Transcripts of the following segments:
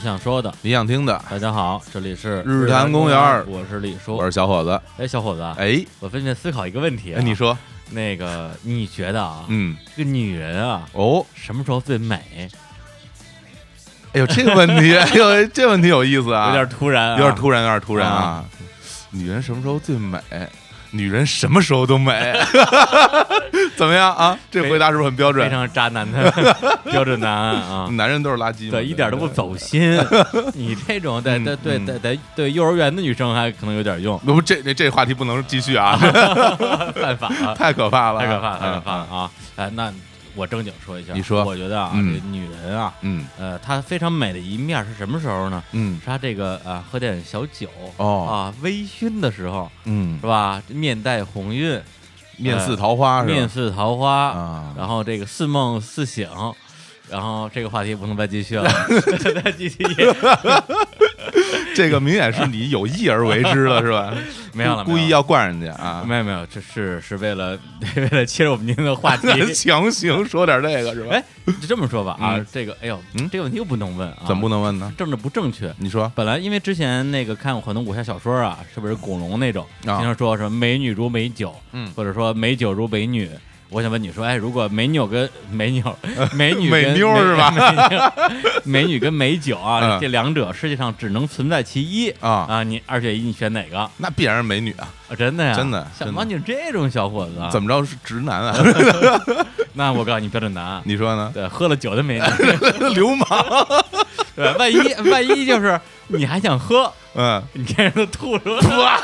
想说的， 你想听的。 大家好，这里是日坛公园， 我是李叔， 我是小伙子。 哎，小伙子， 哎， 我最近思考一个问题啊， 你说， 那个你觉得啊，这个女人啊，什么时候最美？ 哎呦，这个问题，哎呦，这问题有意思啊， 有点突然， 有点突然啊。女人什么时候最美？女人什么时候都美，怎么样啊？这回答是不是很标准？ 非常渣男的标准答案啊！ 男人都是垃圾， 对，一点都不走心。你这种对幼儿园的女生还可能有点用。 不，这话题不能继续啊， 犯法了， 太可怕了， 太可怕了啊！哎，那我正经说一下， 你说， 我觉得啊，这女人啊，她非常美的一面是什么时候呢？是她这个喝点小酒微醺的时候，是吧？面带红晕， 面似桃花， 面似桃花，然后这个似梦似醒，然后这个话题不能再继续了，再继续。 这个明显是你有意而为之的，是吧？ 没有了， 故意要灌人家啊？ 没有，这是为了切入我们今天的话题， 强行说点这个是吧？ 哎，就这么说吧啊，这个，哎呦，这个问题又不能问啊？ 怎么不能问呢？ 政治不正确。 你说， 本来因为之前那个看过很多武侠小说啊，是不是古龙那种，经常说什么美女如美酒，或者说美酒如美女。我想问你说，哎，如果美女跟美女是吧？ 美女跟美酒啊，这两者世界上只能存在其一啊！你2选1，你选哪个？ 那必然是美女啊！ 真的呀， 真的。 像你这种小伙子， 怎么着是直男啊？ 那我告诉你标准答案， 你说呢？ 对，喝了酒的美女， 流氓。 对，万一就是你还想喝，你看人都吐出来了。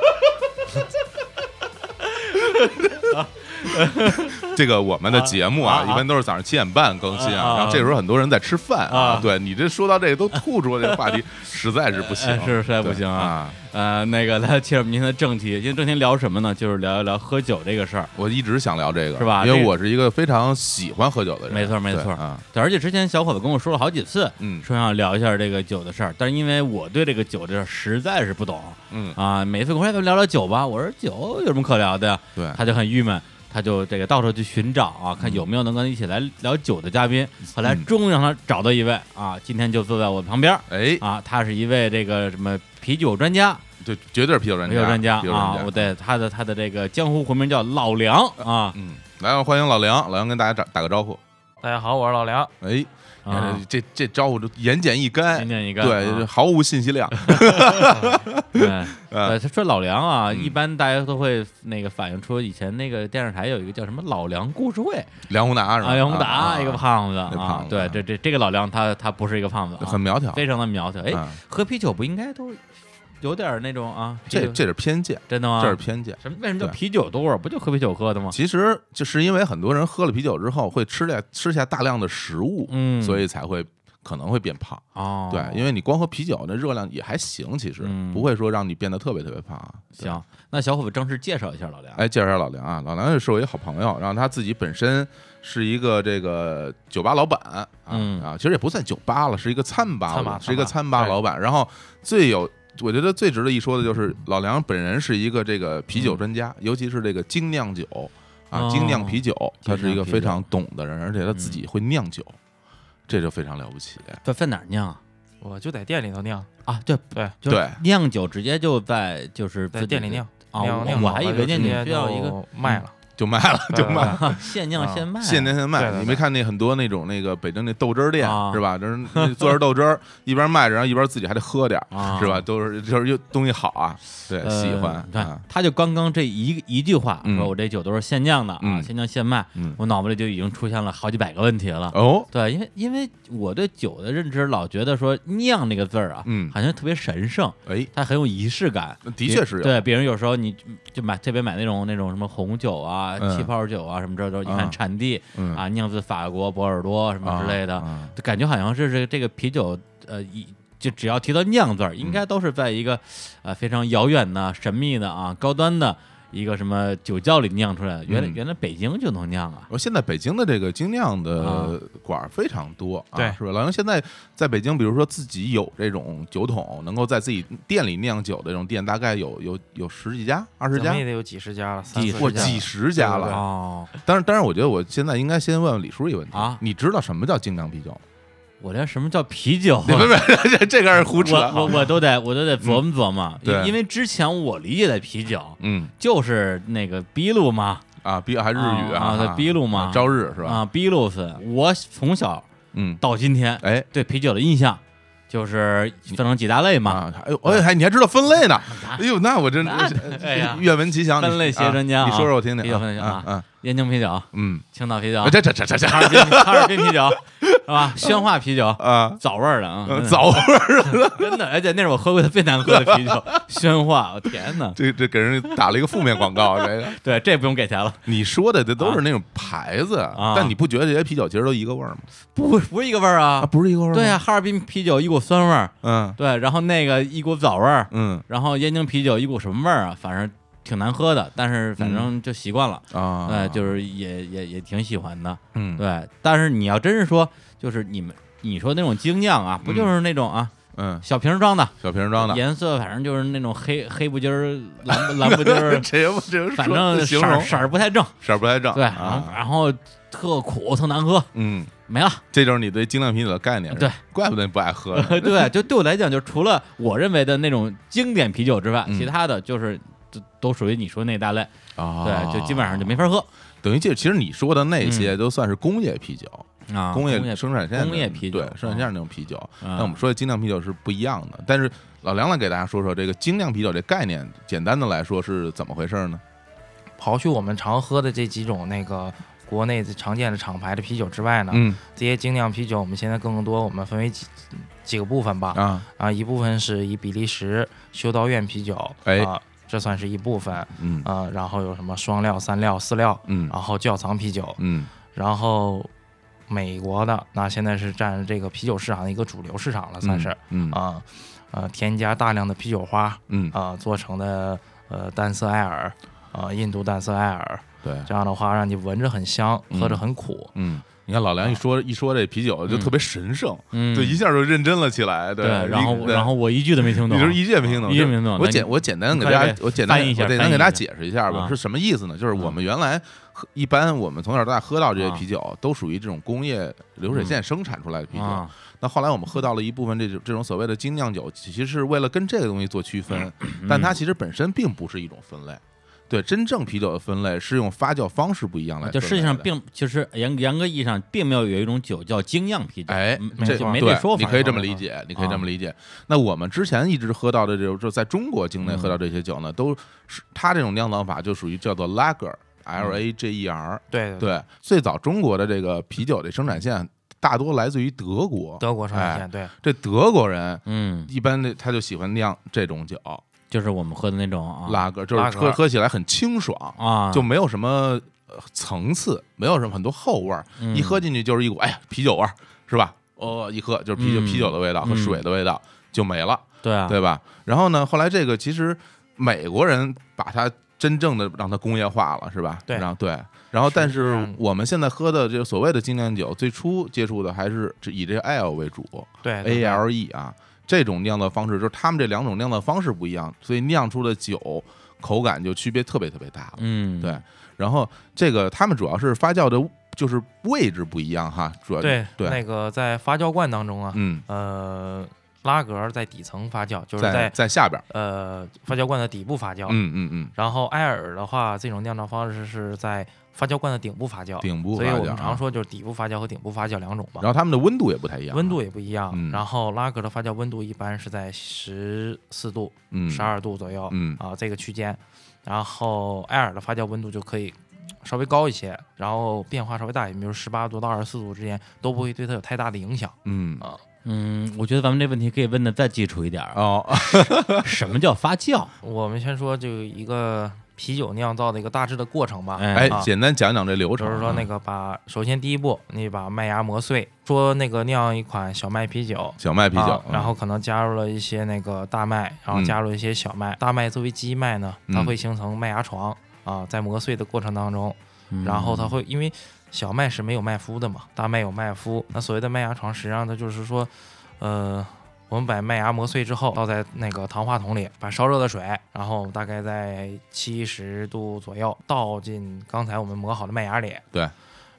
这个我们的节目啊，一般都是早上7点半更新啊，然后这时候很多人在吃饭啊。对你这说到这个都吐出来，这个话题实在是不行， 实在不行啊。那个来切入我们今天的正题，今天正题聊什么呢？就是聊一聊喝酒这个事儿。 我一直想聊这个， 是吧？ 因为我是一个非常喜欢喝酒的人。 没错啊。 对，而且之前小伙子跟我说了好几次，说要聊一下这个酒的事儿，但是因为我对这个酒这事儿实在是不懂，每次跟我说咱聊聊酒吧，我说酒有什么可聊的呀？ 对， 他就很郁闷。他就这个到处去寻找啊，看有没有能跟他一起来聊酒的嘉宾。后来终于让他找到一位啊，今天就坐在我旁边。哎啊，他是一位这个什么啤酒专家， 对，绝对是啤酒专家啊！我对他的这个江湖魂名叫老梁啊。 来，欢迎老梁，老梁跟大家打个招呼。 大家好，我是老梁。 哎。这招呼就言简意赅，对，毫无信息量。 对，他说老梁啊，一般大家都会那个反映出以前那个电视台有一个叫什么老梁故事会， 梁宏达是吧？ 梁宏达一个胖子啊，对，这个老梁他不是一个胖子， 很苗条， 非常的苗条。哎，喝啤酒不应该都有点那种啊？ 这是偏见， 真的吗？ 这是偏见。 为什么叫啤酒多？不就喝啤酒喝的吗？ 其实就是因为很多人喝了啤酒之后会吃下大量的食物，所以才会可能会变胖。对，因为你光喝啤酒，那热量也还行，其实不会说让你变得特别特别胖。 行，那小伙子正式介绍一下老梁。 哎，介绍一下老梁啊，老梁是我一个好朋友，然后他自己本身是一个这个酒吧老板其实也不算酒吧了，是一个餐吧，是一个餐吧老板。然后我觉得最值得一说的就是老梁本人是一个这个啤酒专家，尤其是这个精酿酒精酿啤酒，他是一个非常懂的人，而且他自己会酿酒，这就非常了不起。 在哪儿酿啊？ 我就在店里头酿啊， 对， 酿酒直接就在店里酿啊，我还以为店里需要一个卖了。 就卖了， 现酿现卖， 现卖。你没看那很多那种那个北京那豆汁店是吧？就是做着豆汁儿，一边卖着，然后一边自己还得喝点是吧？就是东西好啊，对，喜欢。 他就刚这一句话说，我这酒都是现酿的啊，现酿现卖，我脑子里就已经出现了好几百个问题了。对，因为我对酒的认知老觉得说酿那个字儿啊，好像特别神圣，它很有仪式感。 的确是有。 对，比如有时候你就特别买那种什么红酒啊。气泡酒啊，什么这都一看产地酿自法国波尔多什么之类的，就感觉好像是这个啤酒就只要提到酿字儿，应该都是在一个非常遥远的、神秘的高端的一个什么酒窖里酿出来的。原来北京就能酿啊！ 现在北京的这个精酿的馆非常多对， 是吧？老杨现在在北京，比如说自己有这种酒桶，能够在自己店里酿酒的这种店，大概有10几家、20家， 也得有几十家了， 几十家了哦。 当然，我觉得我现在应该先问问李叔一个问题你知道什么叫精酿啤酒？ 我连什么叫啤酒， 不，这个是胡扯， 我都得琢磨琢磨，因为之前我理解的啤酒，就是那个秘鲁嘛， 啊，还日语啊，秘鲁嘛， 朝日是吧？ 啊，秘鲁斯，我从小到今天， 哎， 对啤酒的印象。就是分成几大类嘛， 你还知道分类呢？哎呦，那我真愿闻其详。 分类学专家， 你说说我听听。 啤酒分类啊，燕京啤酒，青岛啤酒， 这， 哈尔滨啤酒是吧？宣化啤酒啊，枣味儿的啊， 枣味儿的， 真的，而且那是我喝过的最难喝的啤酒，宣化，我天哪， 这给人打了一个负面广告，这个对，这不用给钱了。 你说的这都是那种牌子，但你不觉得这些啤酒其实都一个味儿吗？ 不是一个味儿啊， 不是一个味儿。 对啊，哈尔滨啤酒一股酸味儿，对，然后那个一股枣味儿，然后燕京啤酒一股什么味儿啊？反正挺难喝的，但是反正就习惯了啊，对，就是也挺喜欢的，对。但是你要真是说，就是你说那种精酿啊，不就是那种啊，小瓶装的，颜色反正就是那种黑不筋儿、蓝不筋儿， 这反正色儿不太正，对，然后特苦特难喝，没了。 这就是你对精酿啤酒的概念， 对， 怪不得你不爱喝。 对，就对我来讲，就除了我认为的那种经典啤酒之外，其他的就是都属于你说那大类啊，对，就基本上就没法喝。 等于其实你说的那些都算是工业啤酒啊， 工业生产线工业啤酒， 对，生产线那种啤酒。那我们说的精酿啤酒是不一样的。但是老梁来给大家说说这个精酿啤酒这概念，简单的来说是怎么回事呢？ 刨去我们常喝的这几种那个国内常见的厂牌的啤酒之外呢，这些精酿啤酒我们现在更多我们分为几个部分吧。一部分是以比利时修道院啤酒，这算是一部分。然后有什么双料、三料、四料，然后窖藏啤酒，然后美国的那现在是占这个啤酒市场的一个主流市场了，算是添加大量的啤酒花，做成的淡色艾尔，印度淡色艾尔。 对， 这样的话让你闻着很香，喝着很苦。 你看老梁一说这啤酒就特别神圣，就一下就认真了起来。对， 然后我一句都没听懂， 你就是一句也没听懂。 一句没听懂。 我简单给大家，我简单给大家解释一下吧，是什么意思呢？就是我们原来一般我们从小到大喝到这些啤酒，都属于这种工业流水线生产出来的啤酒。那后来我们喝到了一部分这种所谓的精酿酒，其实是为了跟这个东西做区分，但它其实本身并不是一种分类。对，真正啤酒的分类是用发酵方式不一样来分类的。 就实际上就是严格意义上并没有一种酒叫精酿啤酒， 这没这说法。 你可以这么理解，那我们之前一直喝到的这种，就在中国境内喝到这些酒呢，都是它这种酿造法就属于叫做 lager，Lager。对，最早中国的这个啤酒的生产线大多来自于德国生产线。对， 这德国人一般他就喜欢酿这种酒。 就是我们喝的那种拉格，就是喝起来很清爽啊，就没有什么层次，没有什么很多后味儿，一喝进去就是一股啤酒味儿，是吧？一喝就是啤酒的味道和水的味道就没了，对吧？然后呢，后来这个其实美国人把它真正的让它工业化了，是吧？ 对， 然后但是我们现在喝的这个所谓的精酿酒，最初接触的还是以这个 ale 为主， 对 ，ale 啊。这种酿造方式就是他们这两种酿造方式不一样，所以酿出的酒口感就区别特别特别大了。对。然后这个他们主要是发酵的，就是位置不一样哈，主要对那个在发酵罐当中啊，拉格在底层发酵，就是在下边发酵罐的底部发酵。然后埃尔的话，这种酿造方式是在发酵罐的顶部发酵，所以我们常说就是底部发酵和顶部发酵两种吧。 然后它们的温度也不太一样， 然后拉格的发酵温度一般是在14度、12度左右，这个区间。然后埃尔的发酵温度就可以稍微高一些，然后变化稍微大一点，比如18度到24度之间都不会对它有太大的影响。 我觉得咱们这问题可以问的再基础一点什么叫发酵？ 我们先说就一个啤酒酿造的一个大致的过程吧。 简单讲讲这流程。 就是说那个首先第一步，你把麦芽磨碎，说那个酿一款小麦啤酒，然后可能加入了一些那个大麦，然后加入一些小麦，大麦作为基麦呢，它会形成麦芽床在磨碎的过程当中，然后它会因为小麦是没有麦麸的嘛，大麦有麦麸，那所谓的麦芽床实际上它就是说我们把麦芽磨碎之后倒在那个糖化桶里，把烧热的水，然后大概在70度左右倒进刚才我们磨好的麦芽里。 对，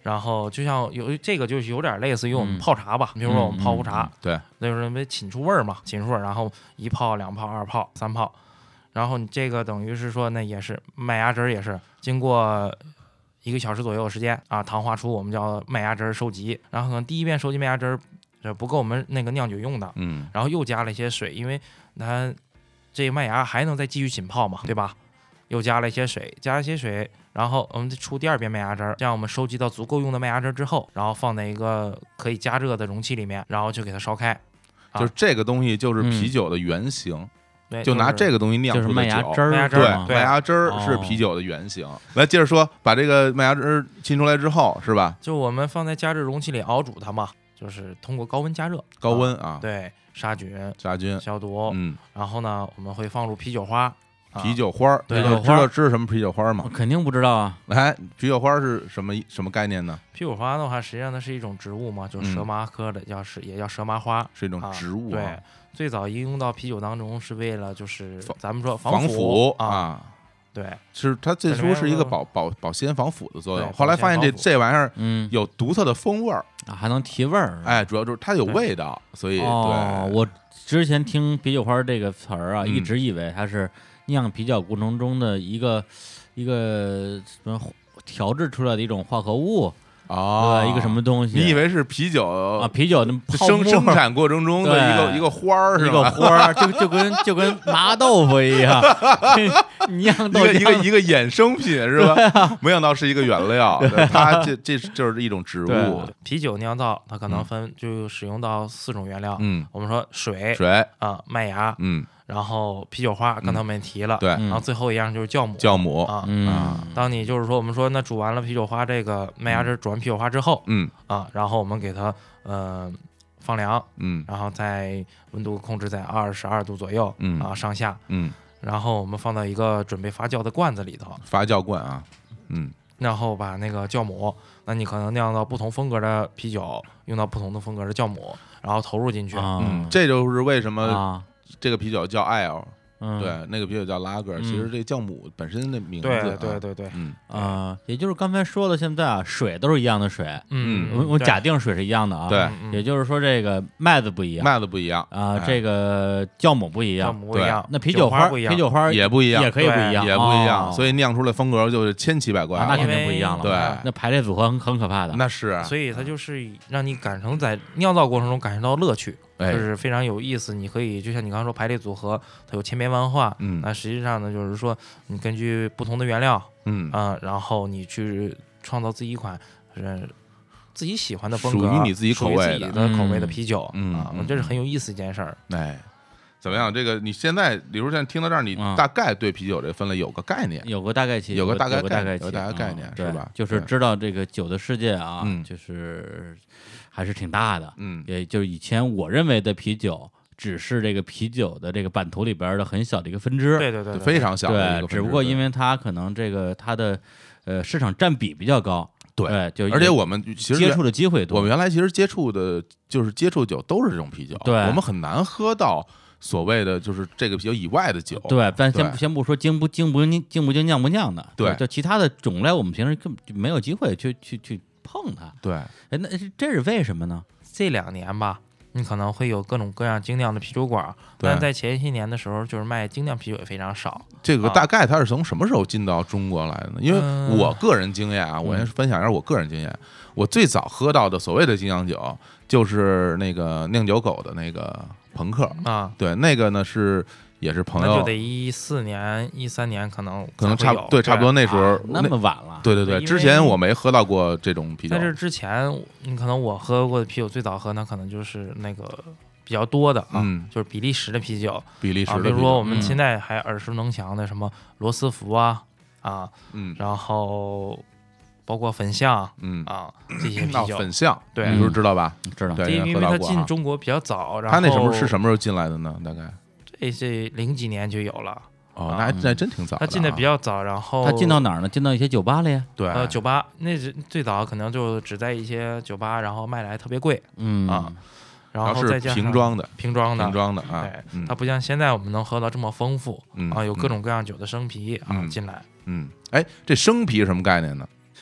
然后就像这个就是有点类似于我们泡茶吧，比如说我们泡壶茶， 对， 那就是因为沁出味儿嘛，沁出味儿，然后1泡2泡2泡3泡，然后你这个等于是说那也是麦芽汁也是经过1个小时左右的时间啊，糖化出我们叫麦芽汁收集，然后可能第一遍收集麦芽汁不够我们那个酿酒用的，然后又加了一些水，因为它这个麦芽还能再继续浸泡嘛，对吧？又加了一些水，然后我们出第2遍麦芽汁，这样我们收集到足够用的麦芽汁之后，然后放在一个可以加热的容器里面，然后就给它烧开。 就是这个东西就是啤酒的原型，就拿这个东西酿出的酒， 麦芽汁儿， 对，麦芽汁儿是啤酒的原型。来，接着说，把这个麦芽汁沁出来之后，是吧？ 就我们放在加热容器里熬煮它嘛，就是通过高温加热， 高温啊， 对，杀菌、消毒，然后呢，我们会放入啤酒花。 啤酒花， 对， 知道什么啤酒花吗？ 肯定不知道啊。 来，啤酒花是什么概念呢？ 啤酒花的话，实际上它是一种植物嘛，就是蛇麻科的，也叫蛇麻花， 是一种植物。 对，最早应用到啤酒当中是为了就是咱们说防腐啊。 对， 是它最初是一个保鲜防腐的作用，后来发现这玩意儿有独特的风味儿啊，还能提味儿。 哎，主要就是它有味道，所以对。 我之前听啤酒花这个词儿啊，一直以为它是酿啤酒过程中的一个什么调制出来的一种化合物一个什么东西？ 你以为是啤酒啊？啤酒的生产过程中的一个花儿，是吧？ 一个花儿，就跟麻豆腐一样，酿豆一个衍生品是吧？没想到是一个原料，它这就是一种植物。 啤酒酿造它可能就使用到4种原料，我们说水啊，麦芽，然后啤酒花，刚才我们也提了， 对， 然后最后一样就是酵母啊， 当你就是说我们说那煮完了啤酒花这个麦芽汁，煮完啤酒花之后，然后我们给它放凉，然后在温度控制在22度左右，上下，然后我们放到一个准备发酵的罐子里头， 发酵罐啊， 然后把那个酵母，那你可能酿到不同风格的啤酒，用到不同的风格的酵母，然后投入进去， 这就是为什么这个啤酒叫 Ale，对，那个啤酒叫拉格，其实这酵母本身的名字， 对， 也就是刚才说了，现在啊，水都是一样的水，我假定水是一样的啊， 对， 也就是说这个麦子不一样啊，这个酵母不一样，那啤酒花也不一样， 也可以不一样， 也不一样，所以酿出来风格就是千奇百怪， 那肯定不一样了， 对， 那排列组合很可怕的， 那是， 所以它就是让你感受在酿造过程中感受到乐趣。就是非常有意思，你可以就像你刚刚说排列组合，它有千变万化，那实际上呢，就是说你根据不同的原料，然后你去创造自己一款自己喜欢的风格， 属于你自己口味的啤酒，这是很有意思一件事儿。 哎，怎么样？这个你现在，比如现在听到这儿，你大概对啤酒这分类有个概念， 有个大概概念，是吧？ 就是知道这个酒的世界啊，就是还是挺大的，也就是以前我认为的啤酒，只是这个啤酒的这个版图里边的很小的一个分支， 对， 非常小的一个分支， 只不过因为它可能这个它的市场占比比较高，对，就而且我们其实接触的机会多， 我们原来其实接触的酒都是这种啤酒， 对， 我们很难喝到所谓的就是这个啤酒以外的酒， 对，咱先不说精不精、酿不酿的， 对， 就其他的种类，我们平时根本就没有机会去碰它， 对， 哎，那这是为什么呢？ 这2年吧，你可能会有各种各样精酿的啤酒馆，但在前些年的时候，就是卖精酿啤酒也非常少。 这个大概它是从什么时候进到中国来的呢？因为我个人经验啊，我先分享一下我个人经验。我最早喝到的所谓的精酿酒，就是那个酿酒狗的那个朋克啊，对，那个呢也是朋友， 那就得14年、13年，可能差不多那时候那么晚了。 对，之前我没喝到过这种啤酒。 但是之前，你可能我喝过的啤酒最早喝，那可能就是那个比较多的啊，就是比利时的啤酒。 比如说我们现在还耳熟能详的什么罗斯福啊，然后包括粉象，这些啤酒。 粉象， 对， 你知道吧？ 知道。 对， 因为它进中国比较早，然后它那是什么时候进来的呢？大概？ 这00几年就有了那真挺早的。 他进的比较早，然后他进到哪儿呢？进到一些酒吧里。 对， 酒吧那是最早可能就只在一些酒吧，然后卖的还特别贵，然后再加上瓶装的， 啊，对，它不像现在我们能喝到这么丰富有各种各样酒的生啤进来。 哎，这生啤是什么概念呢？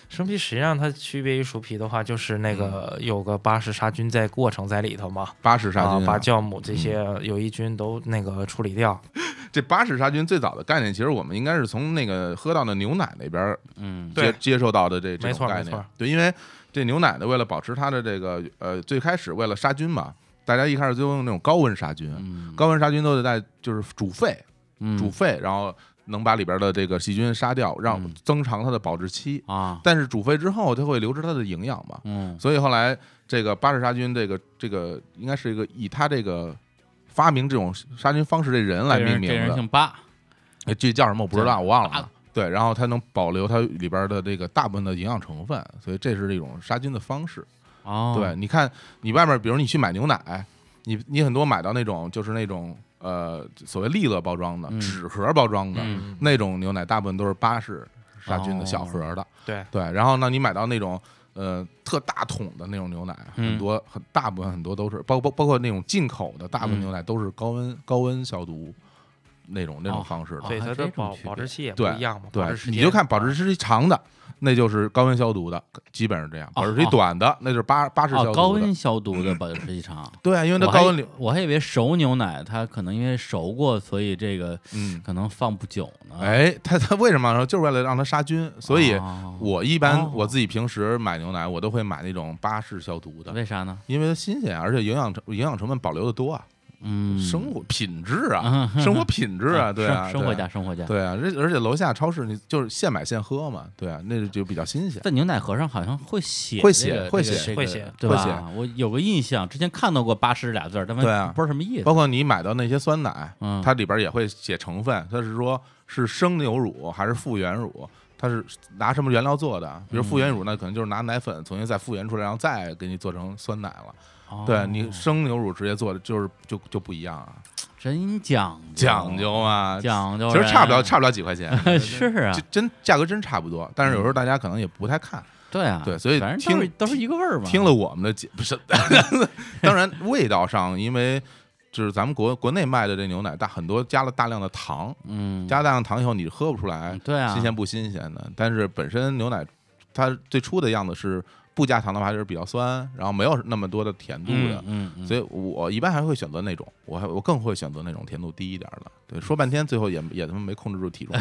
生啤实际上它区别于熟啤的话，就是那个有个巴氏杀菌过程在里头嘛， 巴氏杀菌、 把酵母这些有益菌都那个处理掉。 这巴氏杀菌最早的概念，其实我们应该是从那个喝到的牛奶那边，接受到的这种概念。对，因为这牛奶呢，为了保持它的这个最开始为了杀菌嘛，大家一开始就用那种高温杀菌，高温杀菌都得在就是煮沸，然后能把里边的这个细菌杀掉，让增长它的保质期啊。 但是煮沸之后，它会流失它的营养嘛，所以后来这个巴氏杀菌这个应该是一个以它这个发明这种杀菌方式这人来命名的。 这人姓巴， 这叫什么我不知道，我忘了。对，然后它能保留它里边的这个大部分的营养成分，所以这是一种杀菌的方式。 哦， 对，你看你外面，比如你去买牛奶，你很多买到那种就是那种所谓利乐包装的、纸盒包装的那种牛奶，大部分都是巴氏杀菌的小盒的。对，然后呢，你买到那种特大桶的那种牛奶，大部分很多都是包括那种进口的，大部分牛奶都是高温消毒。那种方式的， 对，它的保质期也不一样嘛。 对，你就看保质期长的，那就是高温消毒的，基本上这样。保质期短的，那就是巴氏消毒的。 高温消毒的保质期长。 对啊，因为它高温里， 我还以为熟牛奶它可能因为熟过，所以这个可能放不久呢。 哎，它为什么说就是为了让它杀菌？所以我一般我自己平时买牛奶，我都会买那种巴氏消毒的。 为啥呢？ 因为它新鲜，而且营养成分保留的多啊。生活品质啊，生活品质啊，对啊， 生活家， 对啊，而且楼下超市你就是现买现喝嘛，对啊，那就比较新鲜。 在牛奶盒上好像会写，对吧？我有个印象，之前看到过巴氏俩字，但不知道什么意思。 包括你买到那些酸奶，它里边也会写成分，它是说是生牛乳还是复原乳，它是拿什么原料做的？比如复原乳呢，可能就是拿奶粉重新再复原出来，然后再给你做成酸奶了。对，你生牛乳直接做的就不一样啊， 真讲究嘛， 讲究， 其实差不了几块钱， 是啊， 价格真差不多，但是有时候大家可能也不太看， 对啊， 对，所以反正都是一个味儿嘛。 听了我们的不是，当然味道上，因为就是咱们国内卖的这牛奶很多加了大量的糖，加了大量糖以后你喝不出来， 对啊， 新鲜不新鲜的，但是本身牛奶它最初的样子是。不加糖的话还是比较酸，然后没有那么多的甜度的，所以我一般还会选择那种，我更会选择那种甜度低一点的。对，说半天最后也他妈没控制住体重。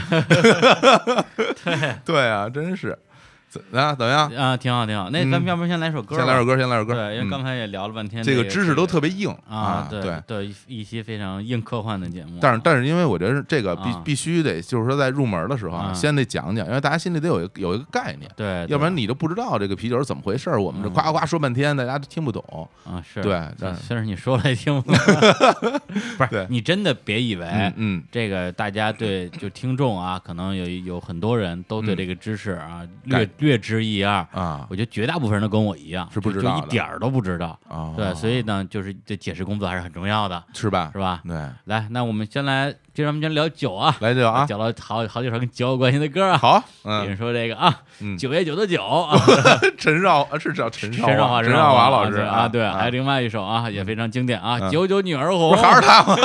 对啊，真是。怎么样啊？挺好。那咱们要不先来首歌？ 先来首歌。 对，因为刚才也聊了半天， 这个知识都特别硬啊。对，一些非常硬科幻的节目。 但是因为我觉得这个必须得，就是说在入门的时候先得讲讲，因为大家心里得有一个概念。 对， 要不然你都不知道这个啤酒是怎么回事，我们这呱呱说半天，大家都听不懂啊。是， 对， 虽然你说了也听不懂，不是你真的别以为，这个大家对就听众啊，可能有很多人都对这个知识啊略知一二啊， 我觉得绝大部分人都跟我一样是不知道， 就一点儿都不知道啊。对，所以呢，就是这解释工作还是很重要的， 是吧？ 对，来，那我们先来，接着我们先聊酒啊， 来酒啊， 讲了好几首跟酒有关系的歌啊。 好， 比如说这个啊，9月9的酒啊， 陈少华老师啊，对，还有另外一首啊，也非常经典啊，99女儿红， 还是他吗？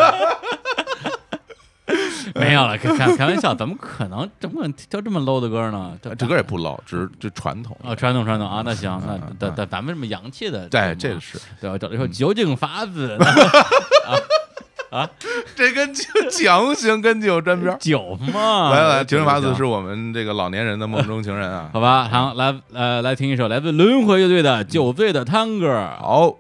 没有了，开玩笑，怎么可能挑这么 low 的歌呢？ 这歌也不 low，只是传统啊，传统啊。那行，那咱们这么洋气的， 对，这个是对，我找了一首酒井法子啊， 这跟强行跟酒沾边， 酒嘛。 来，酒井法子是我们这个老年人的梦中情人啊。 好吧，好，来听一首来自轮回乐队的《酒醉的探戈》。 好。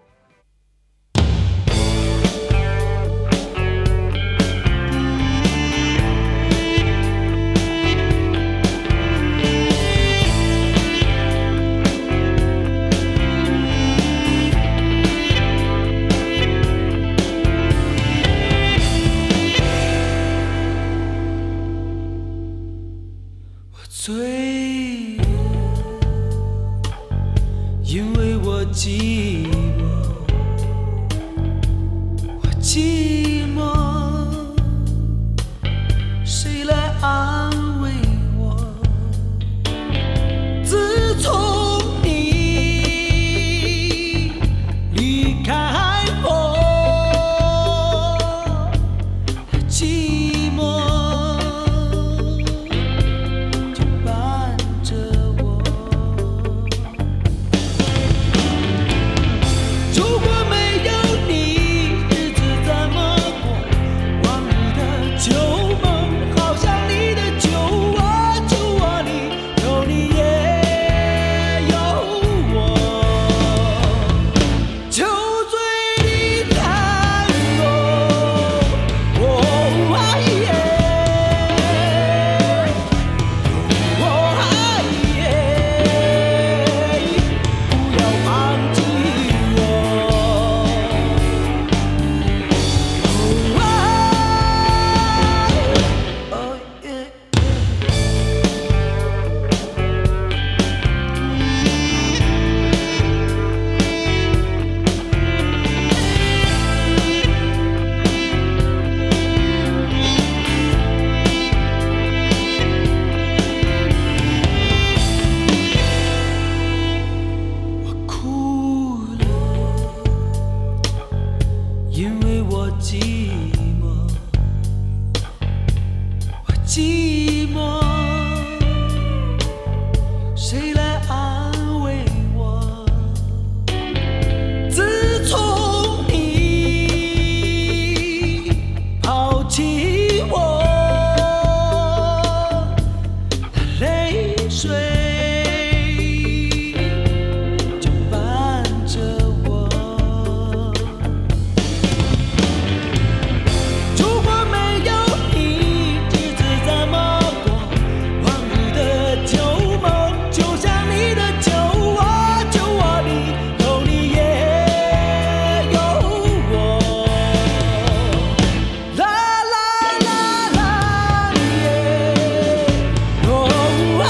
醉了，因为我寂寞，谁来安慰我？自从你离开我，寂寞就把寂寞，谁来安慰我？自从你抛弃我，泪水就伴着我。如果没有你，日子怎么过？往日的旧梦，就像你的酒窝，酒窝里有你也有我。啦啦啦啦耶，哦哎。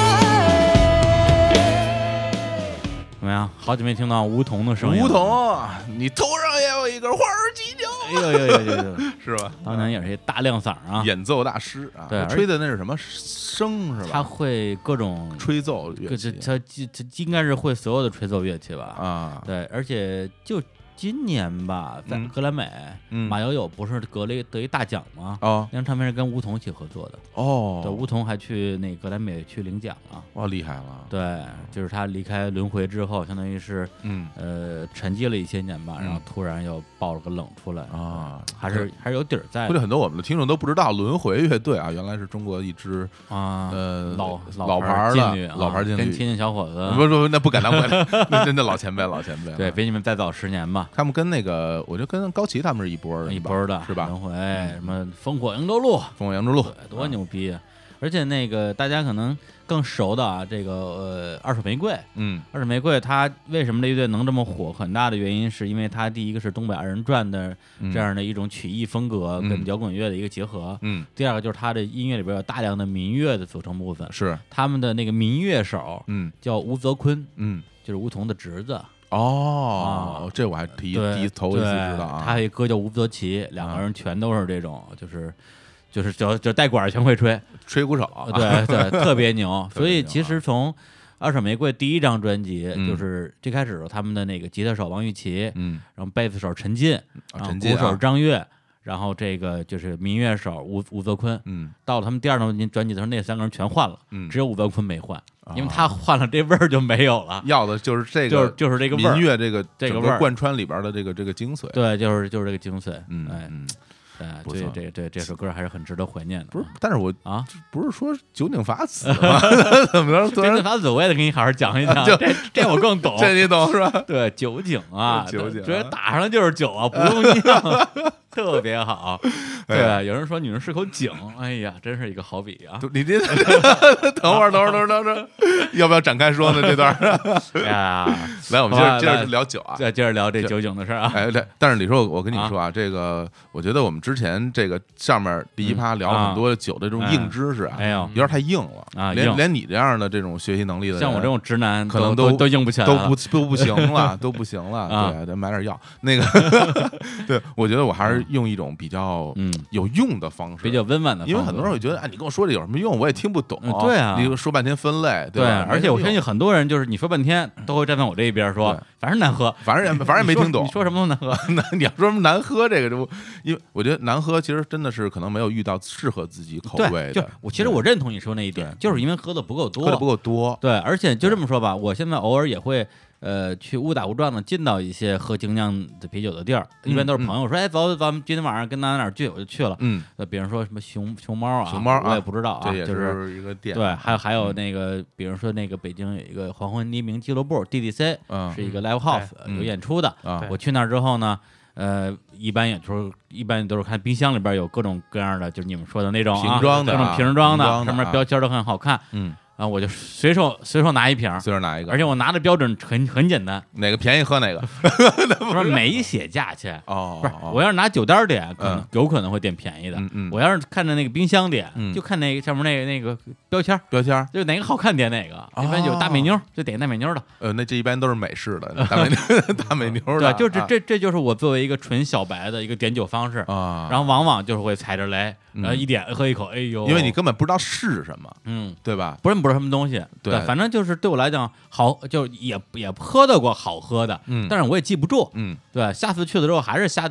怎么样？好久没听到梧桐的声音了。 梧桐，你头上也有一根花儿犄角， 哎呦呦呦呦呦， 是吧？ 当年也是一大亮嗓啊， 演奏大师啊， 对， 吹的那是什么笙是吧？ 他会各种吹奏乐器， 他应该是会所有的吹奏乐器吧？ 啊， 对，而且就今年吧，在格莱美，马友友不是得一大奖吗？ 哦， 那张唱片是跟梧桐一起合作的。 哦， 对，梧桐还去那格莱美去领奖了。 哇，厉害了！ 对，就是他离开轮回之后，相当于是沉寂了一些年吧，然后突然又爆了个冷出来啊， 还是有底儿在的。 估计很多我们的听众都不知道，轮回乐队啊，原来是中国一支老牌劲旅， 老牌劲旅， 跟天津小伙子不，那不敢当，那真的老前辈， 对，比你们再早10年吧。 他们跟那个，我觉得跟高旗他们是一波的，是吧？ 轮回什么烽火扬州路， 对， 多牛逼！而且那个大家可能更熟的啊，这个二手玫瑰，二手玫瑰它为什么这乐队能这么火？很大的原因是因为它第一个是东北二人转的这样的一种曲艺风格跟摇滚乐的一个结合，第二个就是它的音乐里边有大量的民乐的组成部分， 是他们的那个民乐手，叫吴泽坤，就是梧桐的侄子。 哦，这我还头一次知道啊。 他有一哥叫吴泽奇，两个人全都是这种，就是就带管全会吹鼓手， 对，特别牛。所以其实从二手玫瑰第一张专辑，就是最开始他们的那个吉他手王玉琪，然后贝斯手陈进，然后鼓手张悦，然后这个就是民乐手吴泽坤，到了他们第二张专辑的时候，那3个人全换了，只有吴泽坤没换。因为他换了这味儿就没有了， 要的就是这个， 就是这个味儿， 民乐这个味儿贯穿里边的这个精髓， 对，就是这个精髓， 所以这首歌还是很值得怀念的。 不是，但是我啊， 不是说酒井法子吗？怎么着？ 酒井法子我也得给你好好讲一讲，这我更懂， 这你懂是吧？ 对，酒井啊， 酒井， 直接打上来就是酒啊，不用酿，特别好。对，有人说女人是口井，哎呀，真是一个好比啊！ 你这等会儿，要不要展开说呢？这段呀， 来，我们接着聊酒啊， 再接着聊这酒井的事啊。 哎，但是李叔，我跟你说啊，这个我觉得我们之前这个上面第一趴聊了很多酒的这种硬知识啊，有点太硬了啊，连你这样的这种学习能力的， 像我这种直男， 可能都硬不起来， 都不行了，都不行了。对，得买点药。那个，对，我觉得我还是用一种比较有用的方式， 比较温婉的方式， 因为很多人会觉得，哎，你跟我说这有什么用？我也听不懂。 对啊， 你说半天分类， 对吧？ 而且我相信很多人就是你说半天都会站在我这一边说，反正难喝， 反正也没听懂， 你说什么都难喝。 你要说什么难喝这个，因为我觉得难喝其实真的是可能没有遇到适合自己口味的。 其实我认同你说那一点，就是因为喝的不够多。对，而且就这么说吧，我现在偶尔也会。去误打误撞的进到一些喝精酿的啤酒的地儿，一般都是朋友说，哎，走，咱们今天晚上跟哪哪聚，我就去了。比如说什么熊猫啊，我也不知道啊， 这也是一个店。 对，还有那个，比如说那个北京有一个黄昏黎明俱乐部 DDC，是一个 live house 有演出的。我去那儿之后呢，一般都是看冰箱里边有各种各样的，就是你们说的那种瓶装的， 各种瓶装的，上面标签都很好看。然后我就随手拿一瓶，而且我拿的标准很简单， 哪个便宜喝哪个， 不是没写价钱不是，我要是拿酒单点，有可能会点便宜的。我要是看着那个冰箱点，就看那个上面那个标签，就哪个好看点哪个。一般有大美妞，就点大美妞的。 那这一般都是美式的大美妞对， 的。 就这就是我作为一个纯小白的一个点酒方式啊。然后往往就是会踩着雷，然后一点喝一口，哎呦， 因为你根本不知道是什么，对吧？ 不是什么东西，对，反正就是对我来讲好，就也喝到过好喝的，但是我也记不住，对，下次去了之后还是瞎点，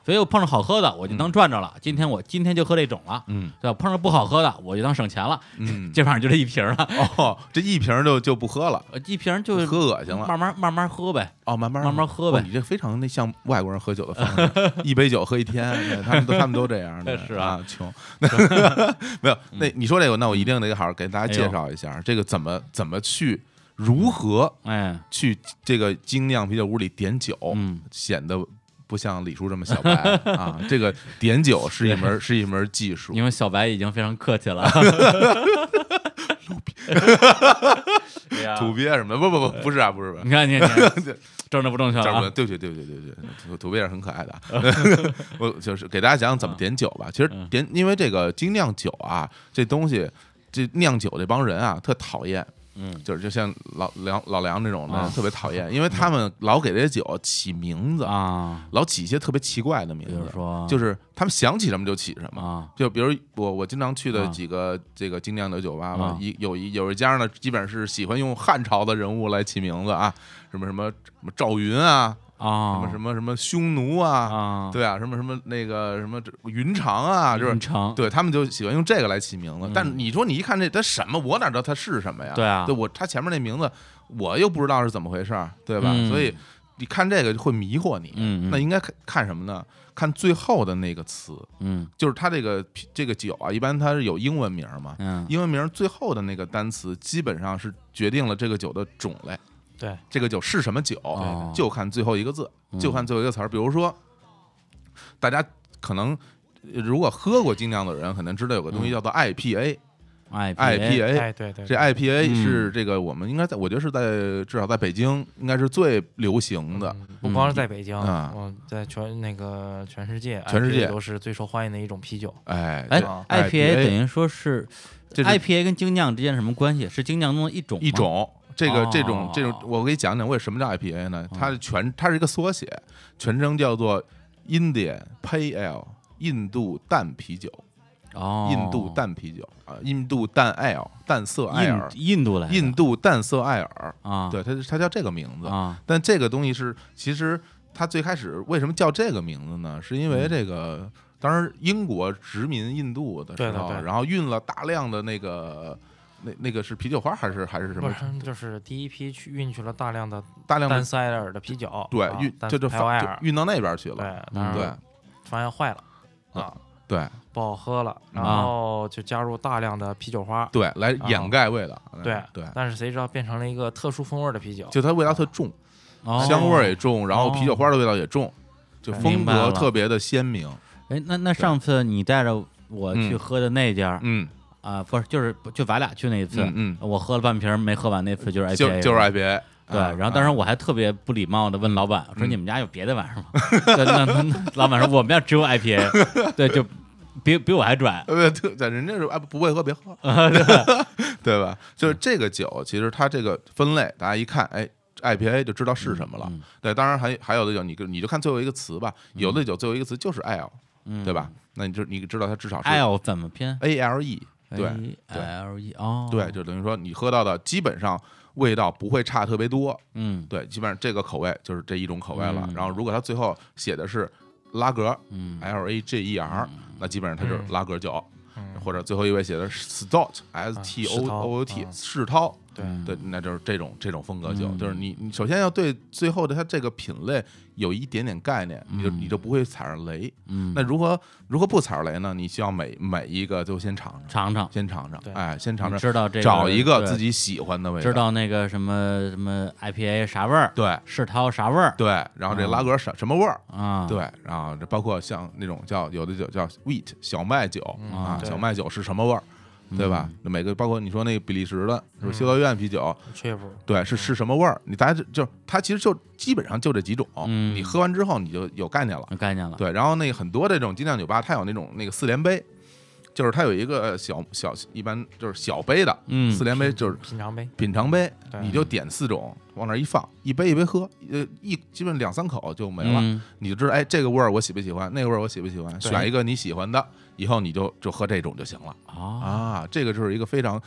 所以我碰上好喝的我就当赚着了，今天就喝这种了，对吧？碰上不好喝的我就当省钱了，基本上就这一瓶了。 这一瓶就不喝了， 一瓶就喝恶心了， 慢慢喝呗。 慢慢喝呗。 你这非常那像外国人喝酒的方式，一杯酒喝一天，他们都这样的。 是啊， 穷。没有，那你说这个，那我一定得好好给大家介绍一下，这个怎么去。如何去这个精酿啤酒屋里点酒，显得不像李叔这么小白啊？这个点酒是一门技术。 因为小白已经非常客气了， 土鳖什么？不是啊，不是。 你看，政治不正确了。 对，土鳖是很可爱的。我就是给大家讲讲怎么点酒吧。其实因为这个精酿酒啊，这东西，这酿酒这帮人啊，特讨厌。就像老梁这种的特别讨厌，因为他们老给这些酒起名字啊， 老起一些特别奇怪的名字， 比如说就是他们想起什么就起什么啊。 就比如我经常去的几个这个精酿的酒吧嘛，有一家呢，基本上是喜欢用汉朝的人物来起名字啊，什么赵云啊。什么匈奴啊，对啊，什么那个什么云长啊，就是对他们就喜欢用这个来起名字。但你说你一看它什么，我哪知道它是什么呀？ 对啊， 他前面那名字我又不知道是怎么回事，对吧？所以你看这个会迷惑你。那应该看什么呢？看最后的那个词。就是它这个酒啊，一般它是有英文名嘛，英文名最后的那个单词基本上是决定了这个酒的种类。 对， 这个酒是什么酒，就看最后一个字，就看最后一个词儿。比如说，大家可能如果喝过精酿的人，可能知道有个东西叫做 IPA。 对， 这 IPA 是这个我们应该我觉得是至少在北京应该是最流行的。 不光是在北京，在全世界都是最受欢迎的一种啤酒。 IPA 等于说是 IPA 跟精酿之间什么关系？是精酿中的一种。 这种，我给你讲讲为什么叫 IPA 呢？它是一个缩写，全称叫做 Indian Pale Ale， 印度淡啤酒。印度淡啤酒啊，印度淡艾尔，淡色艾尔， 印度淡色艾尔啊， 对，它叫这个名字啊。 但这个东西其实它最开始为什么叫这个名字呢？是因为这个当时英国殖民印度的时候，然后运了大量的那个是啤酒花还是什么？ 就是第一批运去了大量的淡色艾尔的啤酒， 对，就运到那边去了， 对，发现坏了啊。 对， 不好喝了，然后就加入大量的啤酒花， 对，来掩盖味道。 对， 对。 但是谁知道变成了一个特殊风味的啤酒， 就它味道特重，香味也重，然后啤酒花的味道也重，就风格特别的鲜明。 那上次你带着我去喝的那家，不是，就咱俩去那一次，我喝了半瓶没喝完，那次就是 IPA， 就是 IPA。 对，然后当时我还特别不礼貌的问老板，我说你们家有别的玩意儿吗？那老板说我们家只有 IPA， 对，就比我还拽。 人家是不会喝别喝，对吧？就是这个酒，其实它这个分类，大家一看，IPA 就知道是什么了。对，当然还有的酒，你就看最后一个词吧。有的酒最后一个词就是 ale，对吧？那你知道它至少是 ale 怎么拼 ALE， 对 ALE 哦， 对，就等于说你喝到的基本上味道不会差特别多。对，基本上这个口味就是这一种口味了。然后如果它最后写的是拉格，LAGER，那基本上它就是拉格酒。或者最后一位写的 Stout，STOOT， 世涛， 对， 那就是这种风格酒，就是你首先要对最后的它这个品类有一点点概念，你就不会踩上雷。那如何不踩上雷呢？你需要每一个都先尝尝，先尝尝，先尝尝， 知道这个， 找一个自己喜欢的味道， 知道那个什么 IPA 啥味儿， 对， 世涛啥味儿， 对，然后这拉格什么味儿啊， 对，然后这包括像那种有的酒叫 wheat 小麦酒啊，小麦酒是什么味儿？对吧？每个包括你说那个比利时的，是修道院啤酒，对，是什么味儿？你大家就它其实就基本上就这几种，你喝完之后你就有概念了，对，然后那很多这种精酿酒吧，它有那种那个4连杯，就是它有一个小，一般就是小杯的4连杯，就是品尝杯，你就点4种往那一放，一杯一杯喝，基本2-3口就没了，你就知道这个味儿我喜不喜欢，那个味儿我喜不喜欢，选一个你喜欢的，以后你就喝这种就行了啊。这个就是一个非常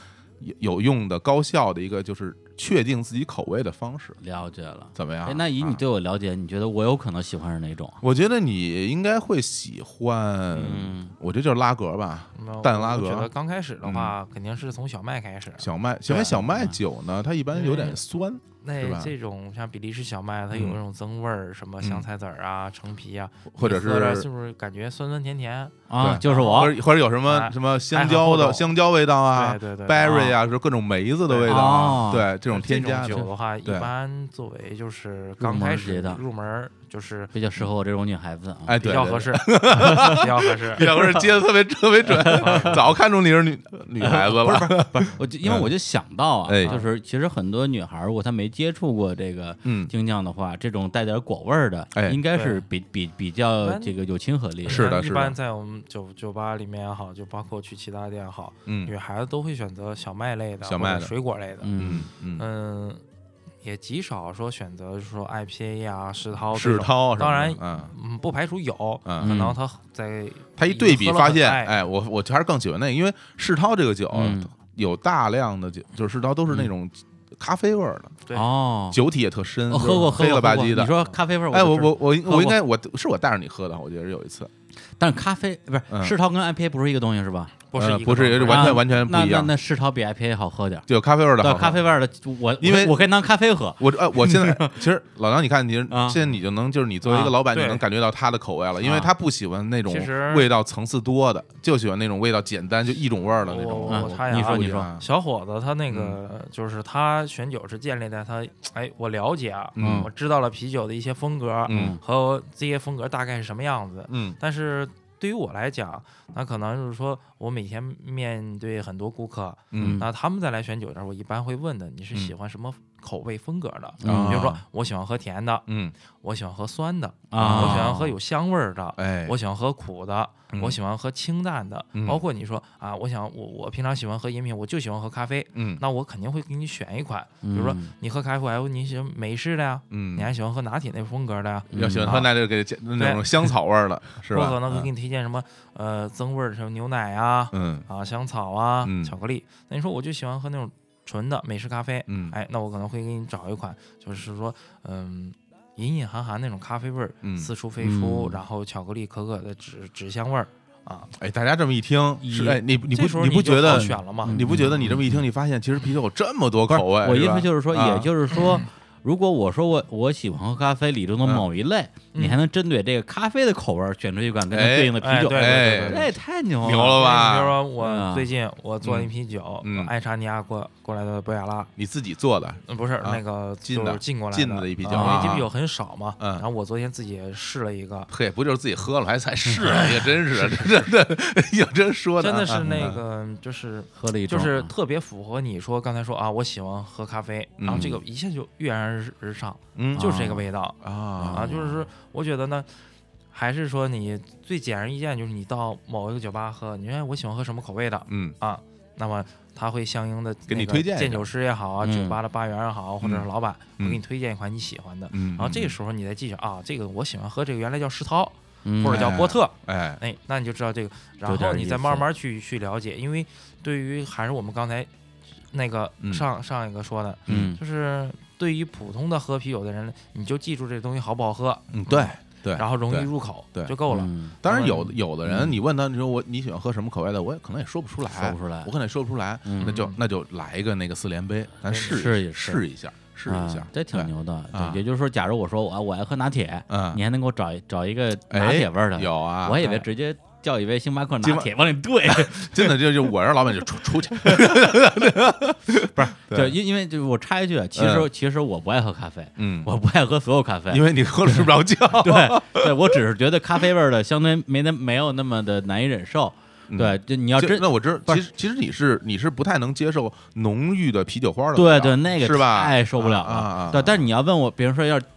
有用的、高效的一个就是确定自己口味的方式。 了解了， 怎么样？ 那以你对我了解，你觉得我有可能喜欢是哪种？ 我觉得你应该会喜欢，我觉得就是拉格吧，淡拉格。 我觉得刚开始的话，肯定是从小麦开始。 小麦，因为小麦酒呢，它一般有点酸。 那这种像比利时小麦，它有那种增味儿，什么香菜籽儿啊、橙皮啊， 或者是不是感觉酸酸甜甜啊？就是我， 或者有什么香蕉味道啊， 对 berry 啊，是各种梅子的味道，对这种添加酒的话，一般作为就是刚开始入门，就是比较适合我这种女孩子啊， 哎， 比较合适，比较合适， 接的特别准，早看出你是女孩子了。 不是，因为我就想到啊，就是其实很多女孩如果她没接触过这个精酿的话，这种带点果味儿的，应该是比较这个有亲和力。 是的， 一般在我们酒吧里面也好，就包括去其他店也好，女孩子都会选择小麦类的，或者水果类的，也极少说选择就是说 IPA 呀、世涛，当然，不排除有，可能他一对比发现，哎，我还是更喜欢那个，因为世涛这个酒有大量的就是世涛都是那种咖啡味儿的， 对哦， 酒体也特深， 喝过黑了吧唧的。 你说咖啡味儿， 哎，我应该我带着你喝的，我觉得有一次。 但是咖啡不是世涛跟 IPA 不是一个东西是吧？ 不是完全不一样。 那世涛比 IPA 好喝点， 就有咖啡味的。 对，咖啡味的，因为我可以当咖啡喝。 我现在其实老张，你看现在你就能就是你作为一个老板，你能感觉到他的口味了，因为他不喜欢那种味道层次多的，就喜欢那种味道简单就一种味儿的那种。 你说， 小伙子他那个就是他选酒是建立在他我了解啊，我知道了啤酒的一些风格，和这些风格大概是什么样子，但是。对于我来讲，那可能就是说我每天面对很多顾客，那他们再来选酒的时候，我一般会问的，你是喜欢什么口味风格的？比如说我喜欢喝甜的，我喜欢喝酸的，我喜欢喝有香味的，我喜欢喝苦的，我喜欢喝清淡的，包括你说啊，我平常喜欢喝饮品，我就喜欢喝咖啡，那我肯定会给你选一款，比如说你喝咖啡，你喜欢美式的呀，你还喜欢喝拿铁那风格的呀， 要喜欢喝那种香草味的，是吧？ 我可能会给你推荐什么增味的，什么牛奶啊，香草啊，巧克力。那你说我就喜欢喝那种纯的美式咖啡，那我可能会给你找一款，就是说，隐隐含含那种咖啡味儿，四处飞出，然后巧克力可可的纸香味儿啊！ 哎，大家这么一听，你不觉得选了吗？你不觉得你这么一听，你发现其实啤酒有这么多口味？ 我意思就是说，也就是说。如果我说我喜欢喝咖啡里中的某一类，你还能针对这个咖啡的口味选出一款跟它对应的啤酒，这也太牛了吧！ 比如说我最近我做一啤酒，爱沙尼亚过来的博雅拉， 你自己做的？ 不是那个就是进过来的一啤酒， 因为这啤酒很少嘛。然后我昨天自己也试了一个， 嘿，不就是自己喝了还试了一个，真是有真说的， 真的是那个就是喝了一种， 就是特别符合你说刚才说啊，我喜欢喝咖啡，然后这个一下就跃然而上，就是这个味道啊，就是说，我觉得呢，还是说你最简而易见，就是你到某一个酒吧喝，你说我喜欢喝什么口味的，那么他会相应的给你推荐， 荐酒师也好啊，酒吧的吧员也好，或者是老板会给你推荐一款你喜欢的，然后这个时候你再记着啊，这个我喜欢喝这个原来叫世涛，或者叫波特，那你就知道这个，然后你再慢慢去了解，因为对于还是我们刚才那个上一个说的，就是对于普通的喝啤酒的人，你就记住这东西好不好喝， 对， 然后容易入口，就够了。 当然有的人，你问他，你说你喜欢喝什么口味的，我可能也说不出来，我可能也说不出来，那就来一个那个4连杯，咱试一下。 这挺牛的。也就是说，假如我说我爱喝拿铁，你还能给我找一个拿铁味的？ 有啊， 我以为直接叫一杯星巴克拿铁往里兑， 真的就我是老板就出去， 不是，就因为就是我插一句，其实我不爱喝咖啡，我不爱喝所有咖啡， 因为你喝了睡不着觉， 对，我只是觉得咖啡味的相对没有那么的难以忍受。对，就你要真那我知道，其实你是不太能接受浓郁的啤酒花的， 对，那个是吧？ 太受不了了。对，但是你要问我，比如说要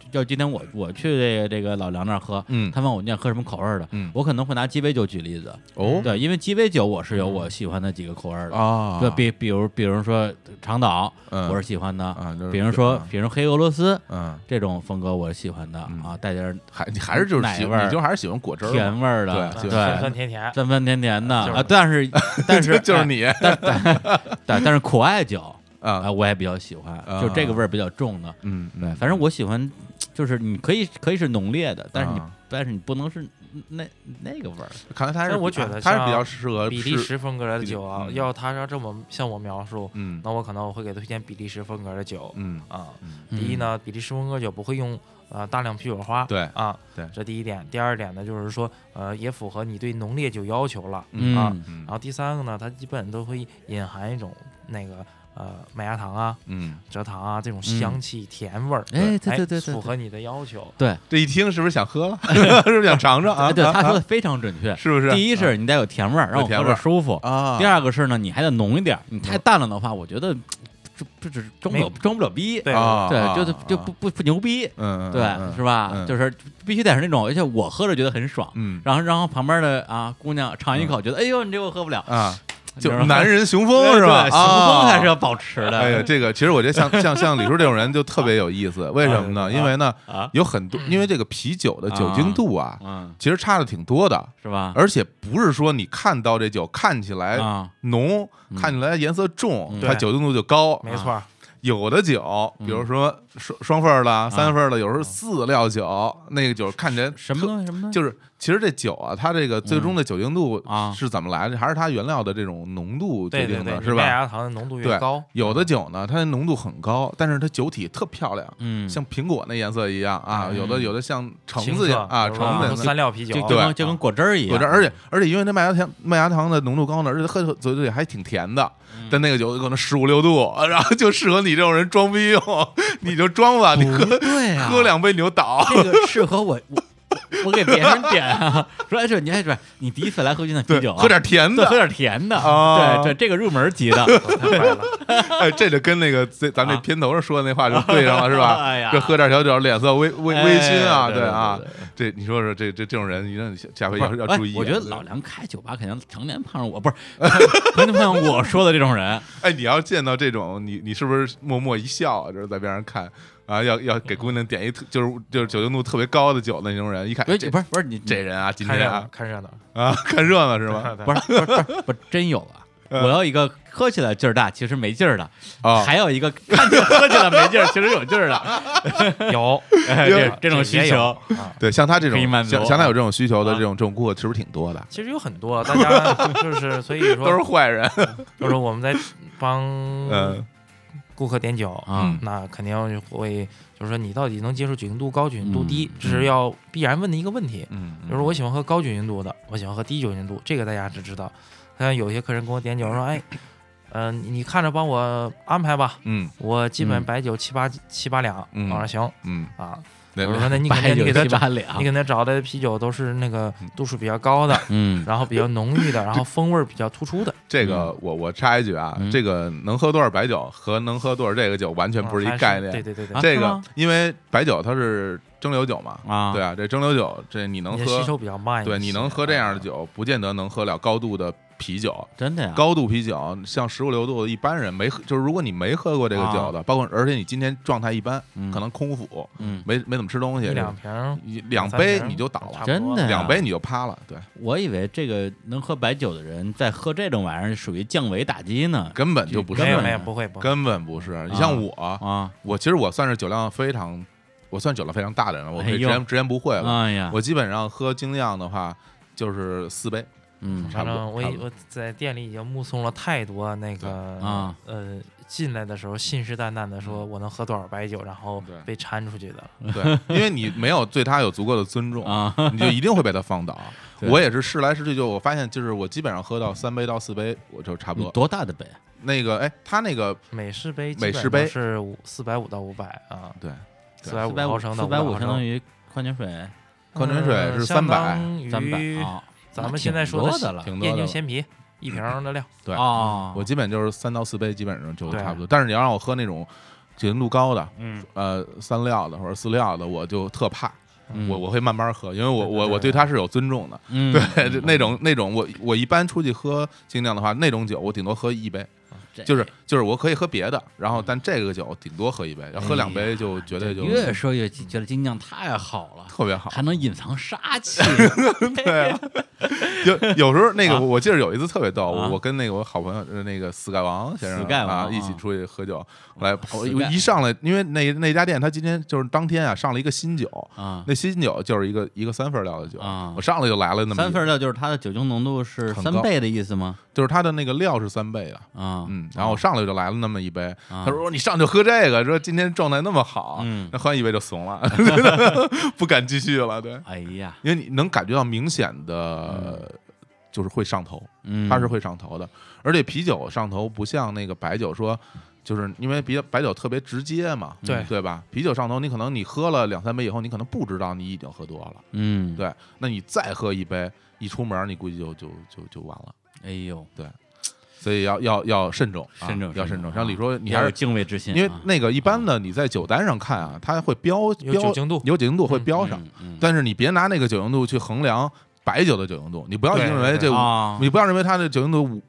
就今天我去这个老梁那儿喝，他问我你想喝什么口味的，我可能会拿鸡尾酒举例子。对，因为鸡尾酒我是有我喜欢的几个口味的啊，对，比如说长岛，我是喜欢的，比如说黑俄罗斯，这种风格我是喜欢的啊，带点还是就是奶味儿， 你就还是喜欢果汁甜味儿的，对， 酸酸甜甜， 酸酸甜甜的啊，但是就是你， 但是苦艾酒。我也比较喜欢，就这个味儿比较重的，对，反正我喜欢，就是你可以是浓烈的，但是你不能是那个味儿。 看来他是， 我觉得他是比较适合比利时风格的酒啊。他要这么向我描述，那我可能会给他推荐比利时风格的酒。第一呢，比利时风格酒不会用大量啤酒花， 对啊， 对， 这第一点。第二点呢，就是说也符合你对浓烈酒要求了然后第三个呢，它基本都会隐含一种那个。麦芽糖啊，蔗糖啊，这种香气甜味儿， 对， 符合你的要求。 对， 这一听是不是想喝了？是不是想尝尝啊？ 对，他说的非常准确， 是不是？ 第一是你得有甜味儿，让我喝着舒服啊。第二个是呢，你还得浓一点，你太淡了的话，我觉得这只装不了逼，对，就不牛逼，对，是吧？就是必须得是那种，而且我喝着觉得很爽，然后旁边的姑娘尝一口，觉得哎呦，你这我喝不了啊。 就男人雄风是吧？ 雄风还是要保持的。 哎呀，这个其实我觉得像李叔这种人就特别有意思，为什么呢？因为呢，有很多，因为这个啤酒的酒精度其实差的挺多的， 是吧？ 而且不是说你看到这酒看起来浓，看起来颜色重，它酒精度就高， 没错。 有的酒，比如说双份的、三份的，有时候饲料酒，那个酒看起来什么东西， 就是其实这酒它这个最终的酒精度是怎么来的？还是它原料的这种浓度决定的，是吧？ 麦芽糖的浓度越高， 有的酒呢，它的浓度很高，但是它酒体特漂亮，像苹果那颜色一样啊，有的像橙子啊，橙子三料啤酒， 对， 就跟果汁一样， 而且因为那麦芽糖的浓度高呢，而且喝嘴里还挺甜的。但那个酒可能15、16度，然后就适合你这种人装逼用，你就装吧，你喝喝2杯你就倒。 这个适合我给别人点啊，说这你还说你第一次来喝金啤酒， 喝点甜的， 喝点甜的，对，这个入门级的， 哎，这就跟那个咱这片头上说的那话就对上了，是吧？ 哎呀， 这喝点小酒，脸色微醺啊，对啊，这你说这种人，一定下回要注意。 我觉得老梁开酒吧肯定成年碰上我，不是成年碰上我说的这种人。 哎，你要见到这种，你是不是默默一笑啊？就是在边上看。啊，要给姑娘点一就是酒精度特别高的酒的那种人，一看， 不是你这人啊，今天看热闹啊，看热闹是吧？ 不是真有啊！我要一个喝起来劲儿大，其实没劲儿的，还有一个看起来喝起来没劲儿，其实有劲儿的， 有这种需求。 对，像他这种像他有这种需求的这种顾客，是不是挺多的？ 其实有很多，大家就是所以说都是坏人， 就是我们在帮顾客点酒那肯定会就是说你到底能接受酒精度高酒精度低，这是要必然问的一个问题。就是我喜欢喝高酒精度的，我喜欢喝低酒精度，这个大家只知道。像有些客人跟我点酒说，哎，你看着帮我安排吧，我基本白酒七八两，我说行，我说那你肯定你给他找的啤酒都是那个度数比较高的，然后比较浓郁的，然后风味比较突出的。 这个我插一句啊，这个能喝多少白酒和能喝多少这个酒完全不是一概念。 对， 这个因为白酒它是蒸馏酒嘛，对啊，这蒸馏酒这你能喝吸收比较慢， 对，你能喝这样的酒，不见得能喝了高度的啤酒， 真的呀， 高度啤酒像15、16度的一般人没喝，就是如果你没喝过这个酒的，包括而且你今天状态一般，可能空腹，没怎么吃东西，2杯你就倒了， 真的 ，2杯你就趴了。对， 我以为这个能喝白酒的人在喝这种玩意儿属于降维打击呢， 根本就不是， 没有不会， 根本不是。你像我其实我算是酒量非常大的人了，我可以直言不讳了。 哎呀， 我基本上喝精酿的话就是4杯。 反正我在店里已经目送了太多那个进来的时候信誓旦旦的说我能喝多少白酒，然后被搀出去的。 对，因为你没有对他有足够的尊重你就一定会被他放倒。我也是试来试去，就我发现就是我基本上喝到3杯到4杯我就差不多。 多大的杯？ 那个他那个美式杯是 450到500啊， 对 ，450毫升到 550相当于矿泉水是 300 啊。咱们现在说的燕京鲜啤1瓶的量， 对我基本就是3到4杯，基本上就差不多。但是你要让我喝那种酒精度高的，3料的或者4料的，我就特怕。我会慢慢喝，因为我对它是有尊重的。对，就那种我一般出去喝精酿的话，那种酒我顶多喝1杯。就是我可以喝别的，然后但这个酒顶多喝1杯，要喝2杯就绝对就越说越觉得精酿太好了， 特别好， 还能隐藏杀气。 对啊，有时候那个我记得有一次特别逗，我跟那个我好朋友那个死盖王先生啊一起出去喝酒，后来一上来，因为那家店他今天就是当天啊上了一个新酒啊，那新酒就是一个3份料的酒啊，我上来就来了那么 3份料，就是它的酒精浓度是3倍的意思吗？ 就是它的那个料是3倍的啊，然后我上来就来了那么1杯，他说你上就喝这个，说今天状态那么好，那喝1杯就怂了，不敢继续了。对， 哎呀， 因为你能感觉到明显的，就是会上头，它是会上头的，而且啤酒上头不像那个白酒说。就是因为白酒特别直接嘛，对吧？啤酒上头，你可能你喝了2-3杯以后，你可能不知道你已经喝多了，对。那你再喝1杯，一出门你估计就完了。 哎呦， 对，所以要慎重，要慎重。像李说，你还是敬畏之心， 因为那个一般的你在酒单上看啊，它会有酒精度会标上，但是你别拿那个酒精度去衡量白酒的酒精度，你不要认为你不要认为它的酒精度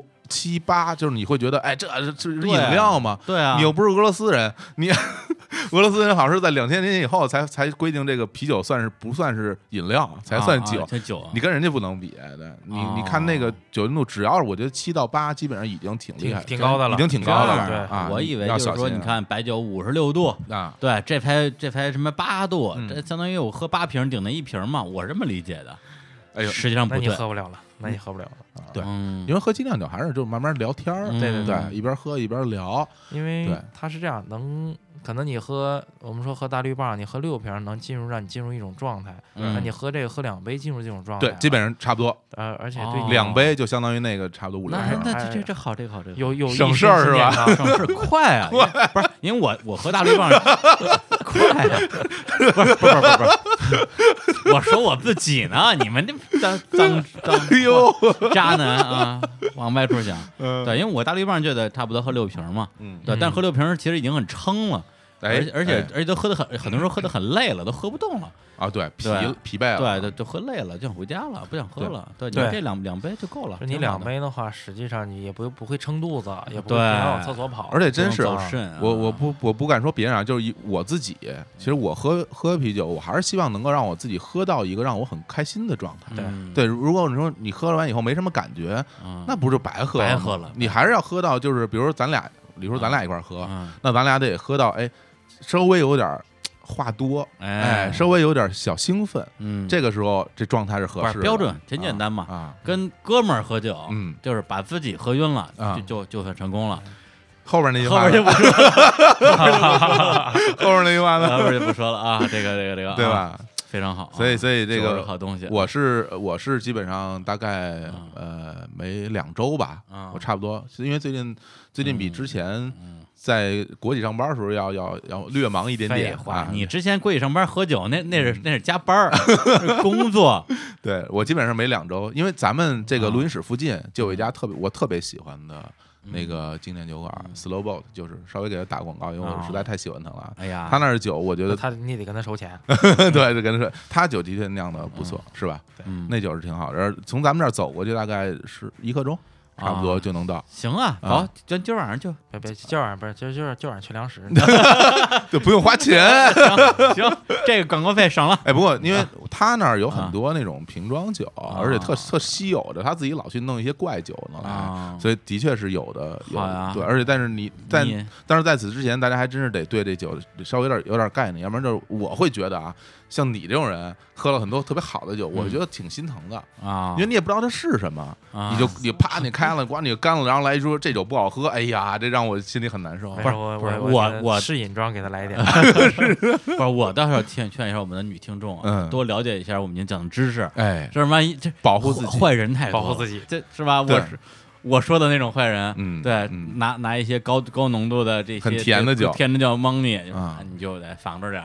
5、7、8，就是你会觉得，哎，这是饮料吗？ 对啊， 你又不是俄罗斯人，你俄罗斯人好像是在2000年以后才规定这个啤酒不算是饮料，才算酒。你跟人家不能比，对，你看那个酒精度，只要是我觉得7到8，基本上已经挺厉害， 挺高的了， 已经挺高的了。 对啊， 我以为就是说，你看白酒56度啊， 对，这排什么8度，这相当于我喝8瓶顶那1瓶嘛，我是这么理解的。 哎呦， 实际上不对， 那你喝不了了。那你喝不了了， 对，因为喝精酿酒还是就慢慢聊天儿，对，一边喝一边聊， 因为它是这样，可能你我们说喝大绿棒，你喝6瓶能让你进入一种状态，那你喝这个喝2杯进入这种状态， 对，基本上差不多， 而且对 2杯就相当于那个差不多5、6瓶， 那这好，这好， 有省事儿是吧？ 省事快啊，不是，因为我喝大绿棒快啊，不是，我说我自己呢，你们这脏渣男啊，往外处想，对，因为我大绿棒觉得差不多喝6瓶嘛，对，但喝6瓶其实已经很撑了，而且都喝的很多时候喝的很累了，都喝不动了啊，对，疲惫了， 对，就喝累了，就想回家了，不想喝了，对，你这两杯就够了。 你2杯的话，实际上你也不会撑肚子，也不会往厕所跑， 而且真是肾。 我不敢说别人啊，就是我自己，其实我喝啤酒，我还是希望能够让我自己喝到一个让我很开心的状态。对，如果你说你喝完以后没什么感觉，那不就白喝了？ 你还是要喝到，就是比如说咱俩一块喝，那咱俩得喝到稍微有点话多，稍微有点小兴奋，这个时候这状态是合适的， 标准挺简单嘛，跟哥们儿喝酒，就是把自己喝晕了，就算成功了。 后边那句话， 后边就不说了，后边那句话呢？ 后边就不说了啊，这个， 对吧？ 非常好， 所以这个好东西， 我是基本上大概每2周吧，我差不多，因为最近比之前在国企上班的时候要略忙一点点啊。 你之前国企上班喝酒，那是加班是工作。 对，我基本上每2周，因为咱们这个录音室附近就有一家我特别喜欢的那个经典酒馆 Slow Boat， 就是稍微给他打广告，因为我实在太喜欢他了。 哎呀， 他那儿酒，我觉得你得跟他收钱。 对，就跟他说，他酒的确酿的不错，是吧？那酒是挺好的。从咱们这儿走过去大概是1刻钟。差不多就能到， 行啊，好，今晚上就别今晚不是今晚上去粮食， 就不用花钱， 行，这个广告费省了。 哎，不过因为他那儿有很多那种瓶装酒，而且特稀有的，他自己老去弄一些怪酒呢，所以的确是有的，对，而且但是在此之前，大家还真是得对这酒稍微有点概念，要不然就是我会觉得啊。像你这种人喝了很多特别好的酒，我觉得挺心疼的啊，因为你也不知道它是什么，你啪你开了，咣你干了，然后来说这酒不好喝，哎呀，这让我心里很难受。 不是我试饮装给他来一点， 不是我倒是要劝一下我们的女听众啊，多了解一下我们已经讲的知识，这万一这保护自己， 坏人太多， 保护自己， 这是吧？我说的那种坏人，对，拿一些高浓度的这些很甜的酒蒙你，你就得防着点。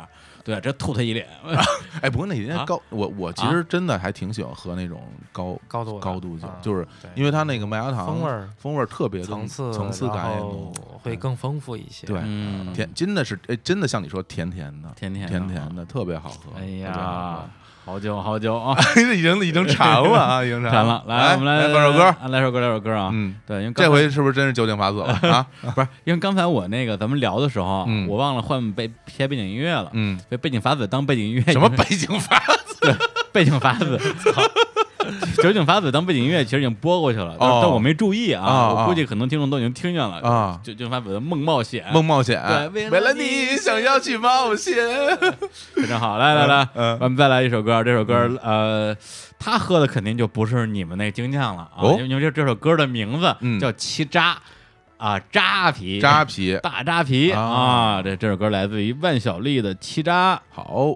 对，这吐他一脸。 哎，不过那天高，我其实真的还挺喜欢喝那种高度酒，就是因为它那个麦芽糖风味特别层次感会更丰富一些。 对，真的是真的像你说甜甜的，特别好喝。 哎呀。好久啊， 已经馋了啊，已经馋了。来，我们来放首歌， 来首歌啊。 对， 因为这回是不是真是酒井法子了啊？ 不是，因为刚才我那个咱们聊的时候，我忘了换偏背景音乐了。被背景法子当背景音乐。 什么背景法子？ 对，背景法子。酒井法子当背景音乐其实已经播过去了，但我没注意啊。我估计很多听众都已经听见了啊。酒井法子的梦冒险， 对，为了你想要去冒险， 非常好。来，我们再来一首歌。这首歌他喝的肯定就不是你们那精酿了啊，因为这首歌的名字叫七扎啊，扎啤大扎啤啊。这首歌来自于万晓利的七扎。 好。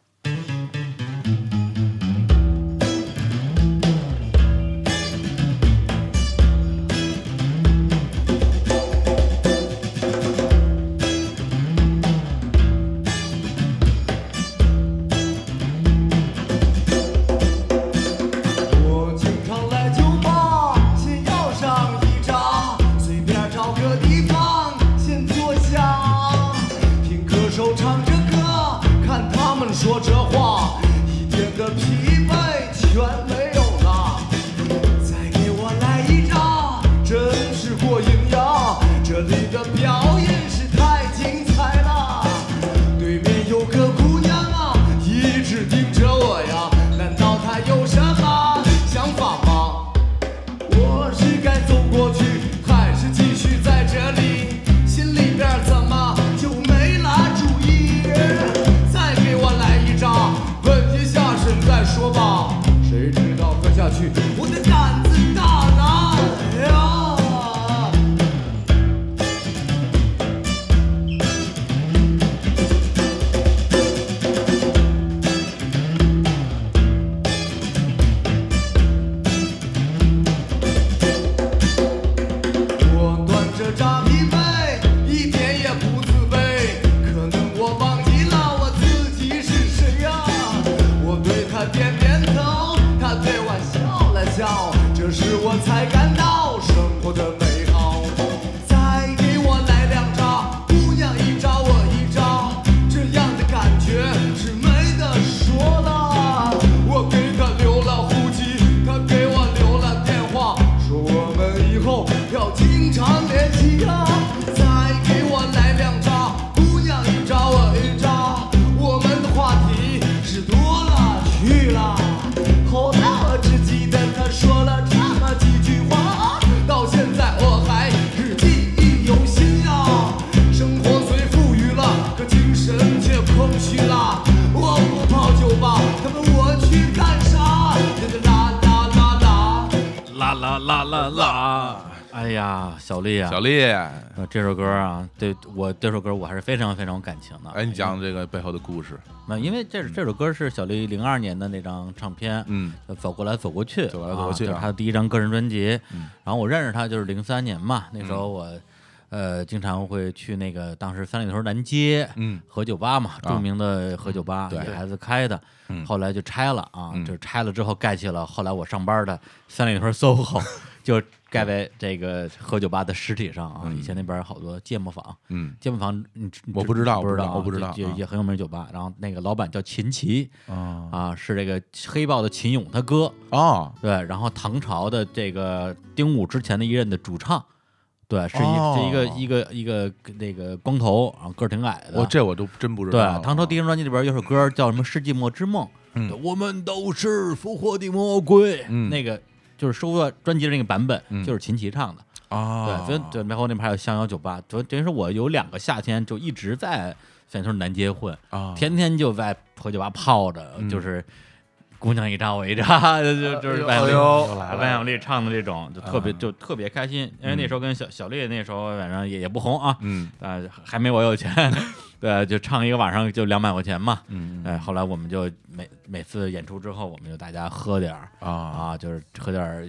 小丽，这首歌啊，对我这首歌我还是非常非常有感情的。 哎，你讲这个背后的故事。 因为这首歌是小丽02年的那张唱片，走过来走过去，就是她的第一张个人专辑。然后我认识她就是03年嘛，那时候我经常会去那个当时三里屯南街和酒吧嘛，著名的和酒吧，女孩子开的，后来就拆了啊，就拆了之后盖起了后来我上班的三里屯 SOHO， 就盖在这个和酒吧的尸体上啊。以前那边有好多芥末坊，芥末坊我不知道， 我不知道，也很有名酒吧。然后那个老板叫秦琪啊，是这个黑豹的秦勇他哥啊， 对，然后唐朝的这个丁武之前的一任的主唱。对，是一个那个光头，然后个儿挺矮的。 这我都真不知道。 对，唐朝第一张专辑里边有首歌叫什么《世纪末之梦》，我们都是复活的魔鬼。那个就是收到专辑的那个版本，就是秦琪唱的啊。对，对，然后那边还有香窑酒吧，等于说我有2个夏天就一直在三里屯南街混啊，天天就在和酒吧泡着，就是姑娘一扎我一扎，就是万晓利唱的这种，就特别开心。因为那时候跟小丽那时候反正也不红啊，还没我有钱，对，就唱一个晚上就200块钱嘛，后来我们就每次演出之后，我们就大家喝点啊，就是喝点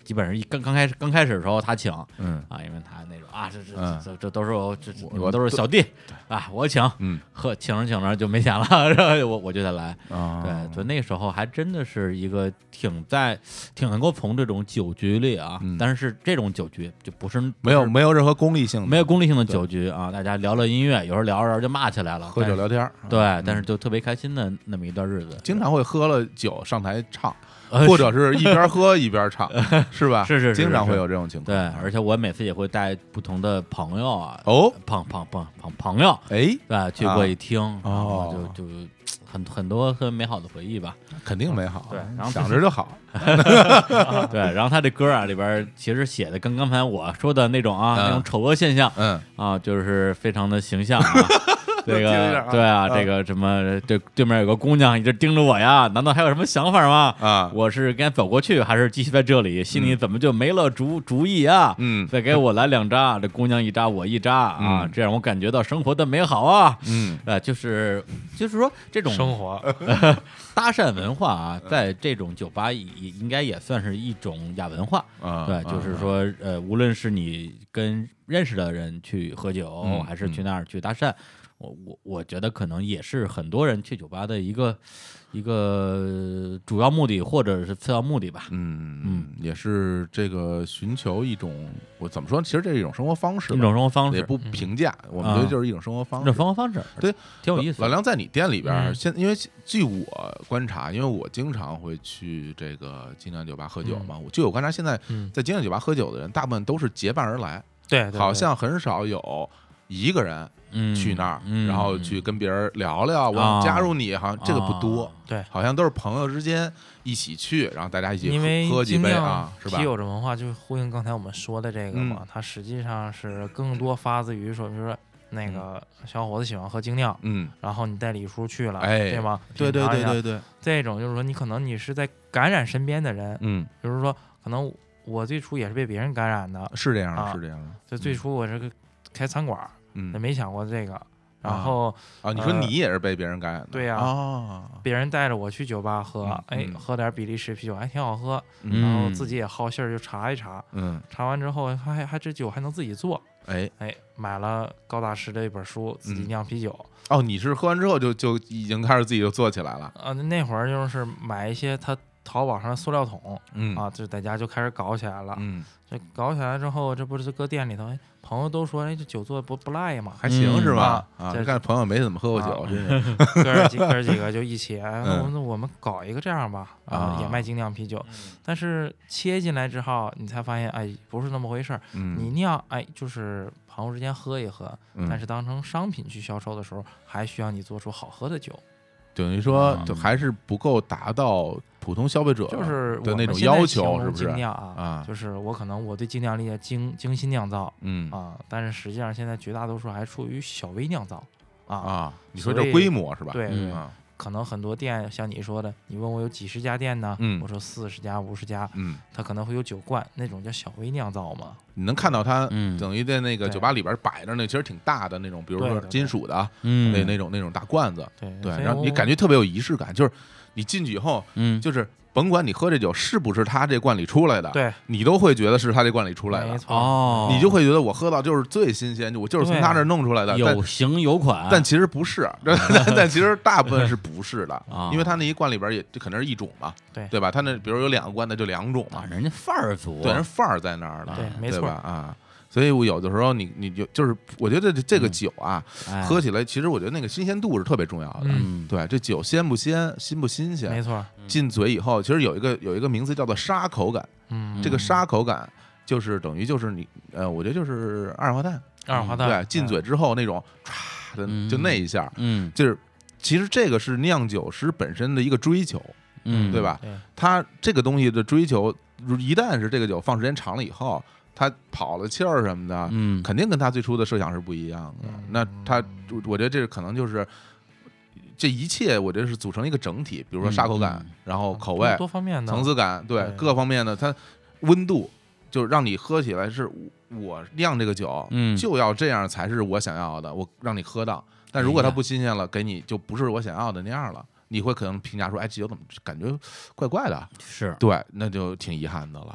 基本上刚开始的时候他请，因为他那种这都是我都是小弟啊，我请，请着就没钱了，然后我就得来，对，所以那个时候还真的是一个挺能够从这种酒局里啊，但是这种酒局就不是没有任何功利性的， 没有功利性的酒局啊，大家聊了音乐，有时候聊着就骂起来了， 喝酒聊天， 对，但是就特别开心的那么一段日子， 经常会喝了酒上台唱。或者是一边喝一边唱，是吧？ 是， 经常会有这种情况。 对，而且我每次也会带不同的朋友啊，朋友， 哎， 对，去过一听，就很多很美好的回忆吧， 肯定美好。 对，然后想着就好。 对，然后他这歌啊里边其实写的跟刚才我说的那种那种丑恶现象，就是非常的形象啊。这个对啊，这个什么对面有个姑娘一直盯着我呀，难道还有什么想法吗？我是该走过去还是继续在这里？心里怎么就没了主意啊？再给我来2扎，这姑娘1扎我1扎啊，这让我感觉到生活的美好啊！就是说这种生活搭讪文化啊，在这种酒吧应该也算是一种亚文化对，就是说无论是你跟认识的人去喝酒，还是去那儿去搭讪。我觉得可能也是很多人去酒吧的一个主要目的或者是次要目的吧。 也是这个寻求一种，我怎么说？其实这是一种生活方式， 一种生活方式也不评价，我们觉得就是一种生活方式。 生活方式对， 挺有意思。 老梁在你店里边，因为据我观察，因为我经常会去这个精酿酒吧喝酒嘛，据我观察，现在在精酿酒吧喝酒的人，大部分都是结伴而来， 对， 好像很少有一个人。去那儿，然后去跟别人聊聊，我想加入你，好像这个不多， 对， 好像都是朋友之间一起去，然后大家一起喝几杯啊，是吧？ 啤酒这文化就是呼应刚才我们说的这个嘛，它实际上是更多发自于说，比如说那个小伙子喜欢喝精酿，然后你带李叔去了，对吗？ 对， 这种就是说你可能你是在感染身边的人，比如说可能我最初也是被别人感染的， 是这样的，是这样的。 就最初我是个开餐馆。也没想过这个，然后你说你也是被别人感染的， 对呀，别人带着我去酒吧喝，喝点比利时啤酒还挺好喝，然后自己也好信儿就查一查，查完之后还这酒还能自己做，买了高大师的一本书，自己酿啤酒。 你是喝完之后就已经开始自己就做起来了？ 那会儿就是买一些他淘宝上的塑料桶，就在家就开始搞起来了，这搞起来之后，这不是搁店里头，朋友都说，这酒做的不赖嘛， 还行是吧？看朋友没怎么喝过酒，真是哥几个就一起，我们搞一个这样吧，也卖精酿啤酒，但是切进来之后，你才发现，不是那么回事儿。你酿，就是朋友之间喝一喝，但是当成商品去销售的时候，还需要你做出好喝的酒。 等于说，就还是不够达到普通消费者就是的那种要求，是不是？ 精酿就是我可能我对精酿力的精心酿造，但是实际上现在绝大多数还处于小微酿造， 你说这规模是吧？ 对，可能很多店像你说的，你问我有几十家店呢？我说40家、50家，它可能会有酒罐，那种叫小微酿造嘛。 你能看到它等于在那个酒吧里边摆着那其实挺大的那种，比如说金属的，那种大罐子，对，然后你感觉特别有仪式感，就是你进去以后，就是甭管你喝这酒是不是他这罐里出来的， 对， 你都会觉得是他这罐里出来的，你就会觉得我喝到就是最新鲜，我就是从他这弄出来的， 有型有款， 但其实不是，但其实大部分是不是的，因为他那一罐里边也这肯定是一种嘛，对吧？他那比如有2个罐，那就2种嘛， 人家范儿足， 对，人范儿在那儿了， 对，没错所以我有的时候你就是我觉得这个酒啊，喝起来其实我觉得那个新鲜度是特别重要的。对，这酒鲜不鲜，新不新鲜， 没错。 进嘴以后，其实有一个名字叫做沙口感。这个沙口感就是等于就是你我觉得就是二氧化碳。对，进嘴之后那种唰的就那一下，就是其实这个是酿酒师本身的一个追求，对吧？他这个东西的追求，一旦是这个酒放时间长了以后。他跑了气儿什么的，肯定跟他最初的设想是不一样的。那我觉得这可能就是这一切，我觉得是组成一个整体。比如说沙口感，然后口味、 多方面的层次感，对各方面的，它温度就让你喝起来是我酿这个酒，就要这样才是我想要的，我让你喝到。但如果它不新鲜了，给你就不是我想要的那样了。你会可能评价说，这酒怎么感觉怪怪的？ 是对，那就挺遗憾的了。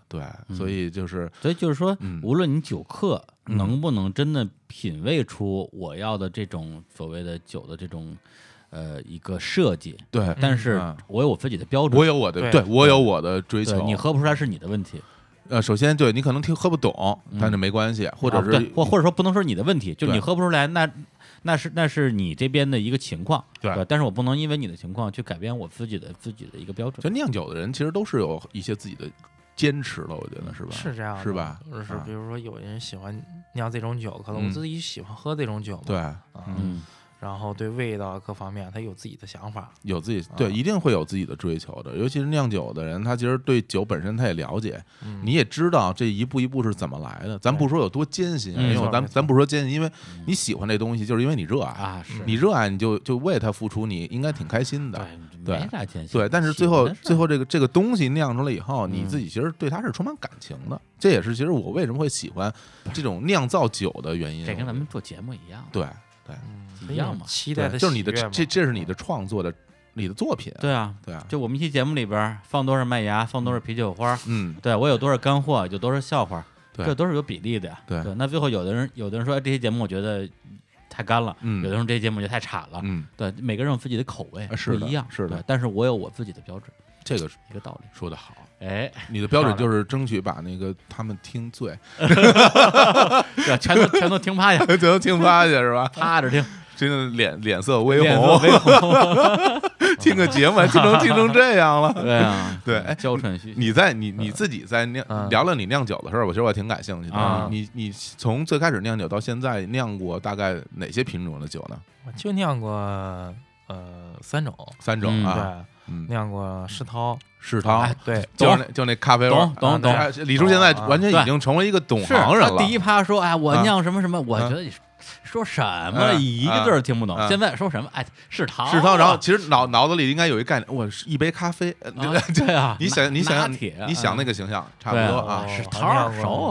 对，所以就是说，无论你酒客能不能真的品味出我要的这种所谓的酒的这种一个设计， 对， 但是我有我自己的标准， 我有我的，对我有我的追求， 你喝不出来是你的问题。 首先对你可能喝不懂，但是没关系，或者是或者说不能说你的问题，就你喝不出来，那是你这边的一个情况，对，但是我不能因为你的情况去改变我自己的一个标准。 就酿酒的人其实都是有一些自己的坚持的，我觉得是吧？ 是这样的， 是吧？ 就是比如说有人喜欢酿这种酒，可能我自己喜欢喝这种酒嘛， 对， 然后对味道各方面他有自己的想法， 有自己对，一定会有自己的追求的。尤其是酿酒的人，他其实对酒本身他也了解，你也知道这一步一步是怎么来的。咱不说有多艰辛，因为咱不说艰辛，因为你喜欢这东西，就是因为你热爱啊， 你热爱你就为它付出，你应该挺开心的。对， 没啥艰辛。 对，但是最后这个东西酿出来以后，你自己其实对它是充满感情的。这也是其实我为什么会喜欢这种酿造酒的原因。 这跟咱们做节目一样。 对。 一样嘛， 期待的就是你的这是你的创作的你的作品。 对啊，就我们一期节目里边放多少麦芽，放多少啤酒花，对我有多少干货，有多少笑话，这都是有比例的呀。 对， 那最后有的人说这些节目我觉得太干了，有的人说这些节目就太差了，对，每个人有自己的口味不一样， 是的， 但是我有我自己的标准， 这个是一个道理。 说得好， 哎， 你的标准就是争取把那个他们听醉， 对，全都听趴下， 全都听趴下是吧？ 趴着听。 真的脸色微红，听个节目还听成这样了， 对啊， 对， 娇喘吁吁。 你自己在聊聊你酿酒的事儿，我其实我挺感兴趣的。你从最开始酿酒到现在酿过大概哪些品种的酒呢？ 我就酿过三种啊， 对，酿过世涛，对， 就那咖啡味。 懂。 李叔现在完全已经成为一个懂行人了。 第一趴说，哎，我酿什么什么，我觉得你说什么一个字儿听不懂。现在说什么，哎，世涛， 然后其实脑子里应该有一概念，我是一杯咖啡， 对啊， 你想那个形象差不多啊。 世涛熟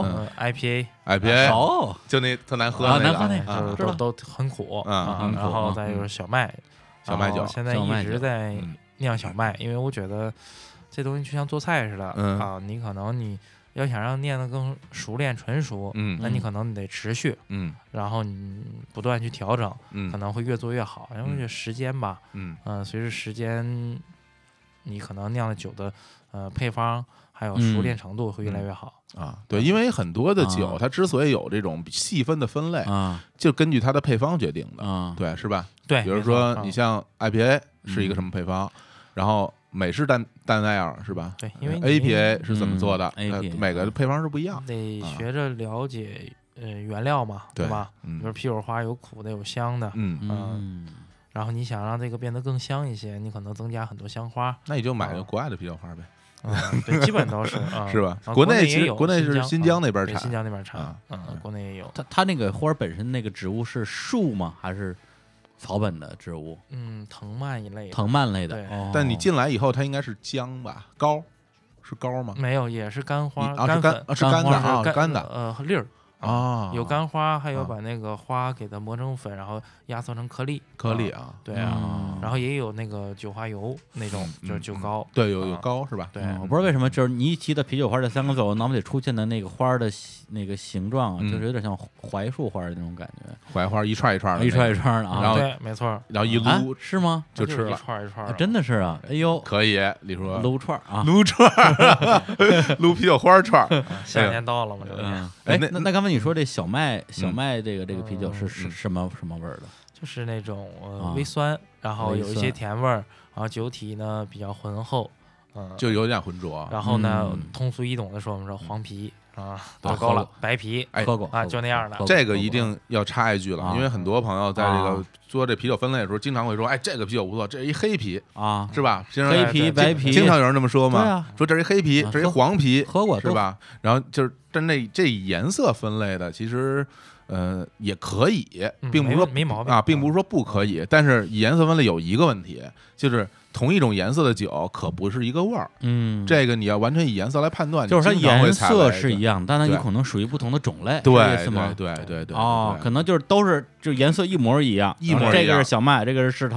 ，IPA 熟，就那特难喝那个， 都很苦，然后再就是小麦酒， 现在一直在酿小麦，因为我觉得这东西就像做菜似的啊，你可能你要想让酿得更熟练纯熟，那你可能你得持续，然后你不断去调整，可能会越做越好。因为这时间吧，随着时间，你可能酿的酒的配方还有熟练程度会越来越好啊。对，因为很多的酒它之所以有这种细分的分类就根据它的配方决定的，对，是吧？ 对， 比如说你像 IPA 是一个什么配方，然后美式淡奈尔是吧？ 对，因为 APA 是怎么做的？每个配方是不一样， 得学着了解原料嘛，对吧？比如啤酒花有苦的有香的，然后你想让这个变得更香一些，你可能增加很多香花， 那你就买个国外的啤酒花呗。 对，基本都是是吧？ 国内其实国内是新疆那边产， 新疆那边产，国内也有。 它那个花本身那个植物是树吗？还是草本的植物？ 藤蔓一类的。 藤蔓类的。 但你进来以后，它应该是姜吧？膏是膏吗？ 没有，也是干花， 干粉是干的啊，干的粒儿。有干花，还有把那个花给它磨成粉，然后压缩成颗粒啊， 对啊，然后也有那个酒花油那种，就是酒膏， 对，有膏是吧？ 对，我不知道为什么，就是你一提到啤酒花这三个字，我脑子里出现的那个花的那个形状，就是有点像槐树花的那种感觉， 槐花一串一串的， 一串一串的啊， 然后对，没错， 然后一撸是吗？ 就吃了， 一串一串， 真的是啊，哎呦， 可以，李叔撸串啊， 撸串，撸啤酒花串， 夏天到了嘛，这个， 哎，那刚才你说这小麦这个啤酒是什么味儿的？ 就是那种微酸，然后有一些甜味儿，然后酒体呢比较浑厚， 就有点浑浊。 然后呢，通俗易懂的说，我们说黄皮啊，喝够了，白啤喝过啊，就那样的。 这个一定要插一句了，因为很多朋友在这个做这啤酒分类的时候，经常会说，哎，这个啤酒不错，这是一黑啤啊， 是吧？ 黑啤、白啤， 经常有人这么说嘛。 对啊， 说这是一黑啤，这是一黄啤， 喝过是吧？然后就是针对这颜色分类的，其实。也可以，并不是说没毛病啊，并不是说不可以，但是颜色分类有一个问题，就是同一种颜色的酒可不是一个味儿。这个你要完全以颜色来判断， 就是它颜色是一样，但它有可能属于不同的种类， 对， 是吗？ 对， 哦，可能就是都是就颜色一模一样， 一模一样。 这个是小麦，这个是世涛，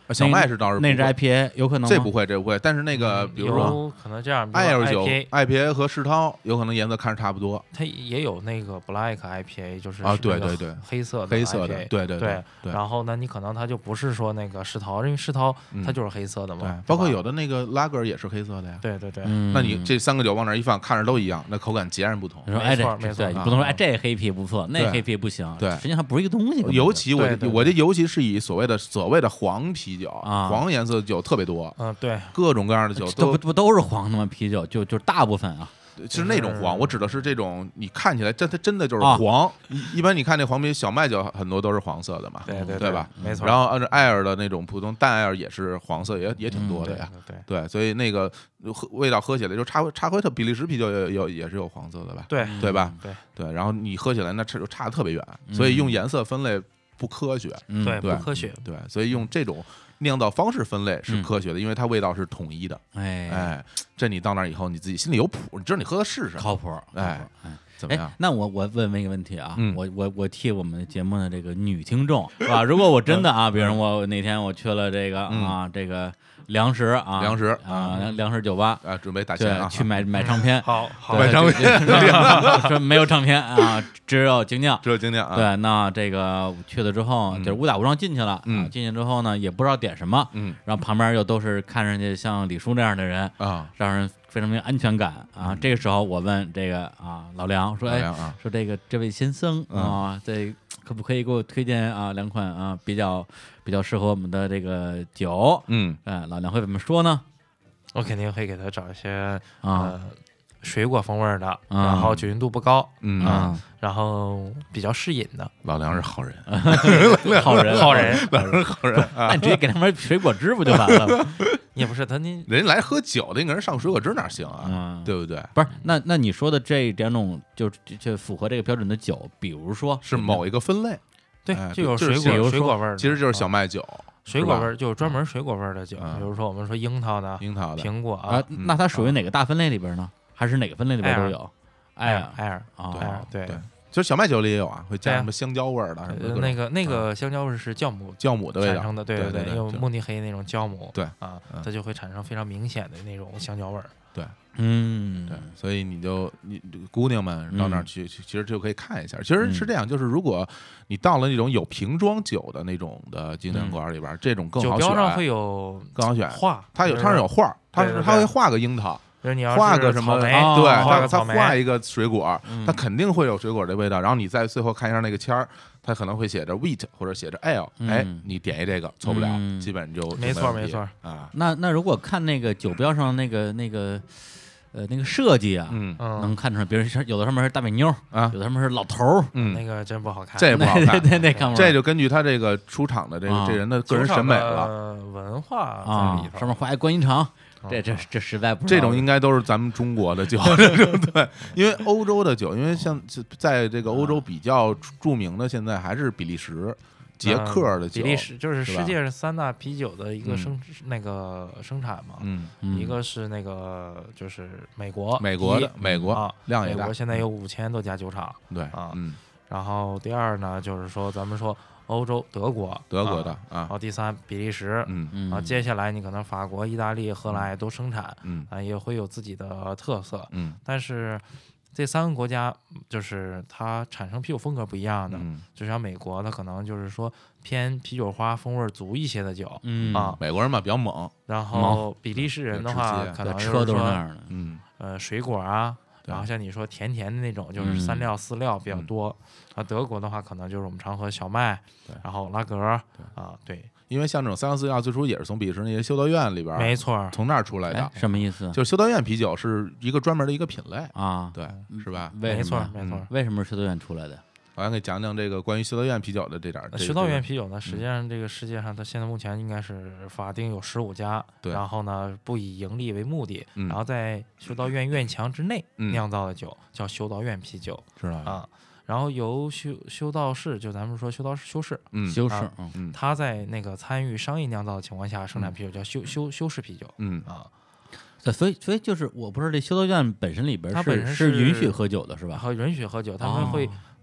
小麦是倒是那是 IPA 有可能吗？ 这不会，但是那个比如说有可能这样 ，Air 酒、IPA 和世涛有可能颜色看着差不多。 它也有那个 Black IPA， 就是对， 黑色的， 对。 然后呢，你可能它就不是说那个世涛，因为世涛它就是黑色的嘛。 对，包括有的那个拉格也是黑色的呀。 对。 那你这3个酒往那一放，看着都一样，那口感截然不同。 你说没错， 你不能说这黑啤不错，那黑啤不行。 对， 实际上不是一个东西。 尤其我这尤其是以所谓的黄啤酒黄颜色的酒特别多。 对， 各种各样的酒不都是黄的吗？啤酒就是大部分啊。 是那种黄，我指的是这种你看起来它真的就是黄。一般你看那黄啤小麦酒很多都是黄色的嘛，对吧？ 没错。 然后按照艾尔的那种普通淡艾尔也是黄色，也挺多的呀。对，所以那个味道喝起来就插回它比利时啤酒也是有黄色的吧？对吧？对，然后你喝起来那就差得特别远，所以用颜色分类不科学， 对，不科学， 对，所以用这种酿造方式分类是科学的，因为它味道是统一的。这你到那以后你自己心里有谱，你知道你喝的是什么， 靠谱。 怎么样？ 那我问一个问题啊，我替我们节目的这个女听众是吧？如果我真的啊，比如我哪天我去了这个这个粮食酒吧准备打钱去买唱片， 好买唱片， 说没有唱片啊，只有精酿， 对， 那这个去了之后就是误打误撞进去了，进去之后呢也不知道点什么，然后旁边又都是看上去像李叔那样的人让人非常没有安全感啊。这个时候我问这个老梁说，说这位先生这可不可以给我推荐2款比较适合我们的这个酒？老梁会怎么说呢？ 我肯定会给他找一些水果风味的，然后酒精度不高，然后比较适饮的。 老梁是好人， 好人， 老梁是好人。 那你直接给他们水果汁不就完了？ 也不是人来喝酒的，给人上水果汁哪行啊？对不对？ 不是，那你说的这2种就符合这个标准的酒，比如说是某一个分类， 对，就有水果味儿， 其实就是小麦酒。 水果味儿就是专门水果味儿的酒，比如说我们说樱桃的、苹果那它属于哪个大分类里边呢？还是哪个分类里边都有？艾尔对， 就是小麦酒里也有会加什么香蕉味儿的， 那个香蕉味是酵母的味道产生的，对，用慕尼黑那种酵母， 对它就会产生非常明显的那种香蕉味儿， 对，对，所以你姑娘们到那儿去，其实就可以看一下。其实是这样，就是如果你到了那种有瓶装酒的那种的精酿馆里边，这种更好选， 酒标上会有更好选画， 它上有画，它会画个樱桃。 画个什么？对，他画一个水果，它肯定会有水果的味道。然后你在最后看一下那个签儿，它可能会写着 wheat 或者写着 ale，你点这个错不了，基本就没错啊。那如果看那个酒标上那个设计啊，能看出来，比如有的上面是大美妞有的上面是老头儿， 那个真不好看， 这也不好看， 那看不出来。 这就根据他这个出厂的这人的个人审美了， 文化在里头， 上面画一观音肠。这实在不是这种应该都是咱们中国的酒，对，因为欧洲的酒，因为像在这个欧洲比较著名的，现在还是比利时、捷克的酒。 比利时就是世界3大啤酒的一个生产嘛，一个是那个就是美国量也大， 美国现在有5000多家酒厂， 对然后第二呢，就是说咱们说欧洲德国的然后第3比利时，接下来你可能法国、意大利、荷兰也都生产，也会有自己的特色，但是这3个国家就是它产生啤酒风格不一样的，就像美国它可能就是说偏啤酒花风味足一些的酒， 美国人嘛比较猛， 然后比利时人的话可能就是说水果啊。然后像你说甜甜的那种，就是3料4料比较多。德国的话，可能就是我们常喝小麦，然后拉格对， 因为像这种3料4料，最初也是从比利时那些修道院里边， 没错， 从那儿出来的。 什么意思？ 就是修道院啤酒是一个专门的一个品类啊，对，是吧？ 没错。 为什么是修道院出来的？ 我想给讲讲这个关于修道院啤酒的这点。 修道院啤酒呢，实际上这个世界上它现在目前应该是法定有15家，然后呢不以盈利为目的，然后在修道院院墙之内酿造的酒叫修道院啤酒， 知道啊。 然后由修道士，就咱们说修士，他在那个参与商业酿造的情况下生产啤酒叫修士啤酒， 所以就是我不知道这修道院本身里边是允许喝酒的是吧？ 允许喝酒，他们会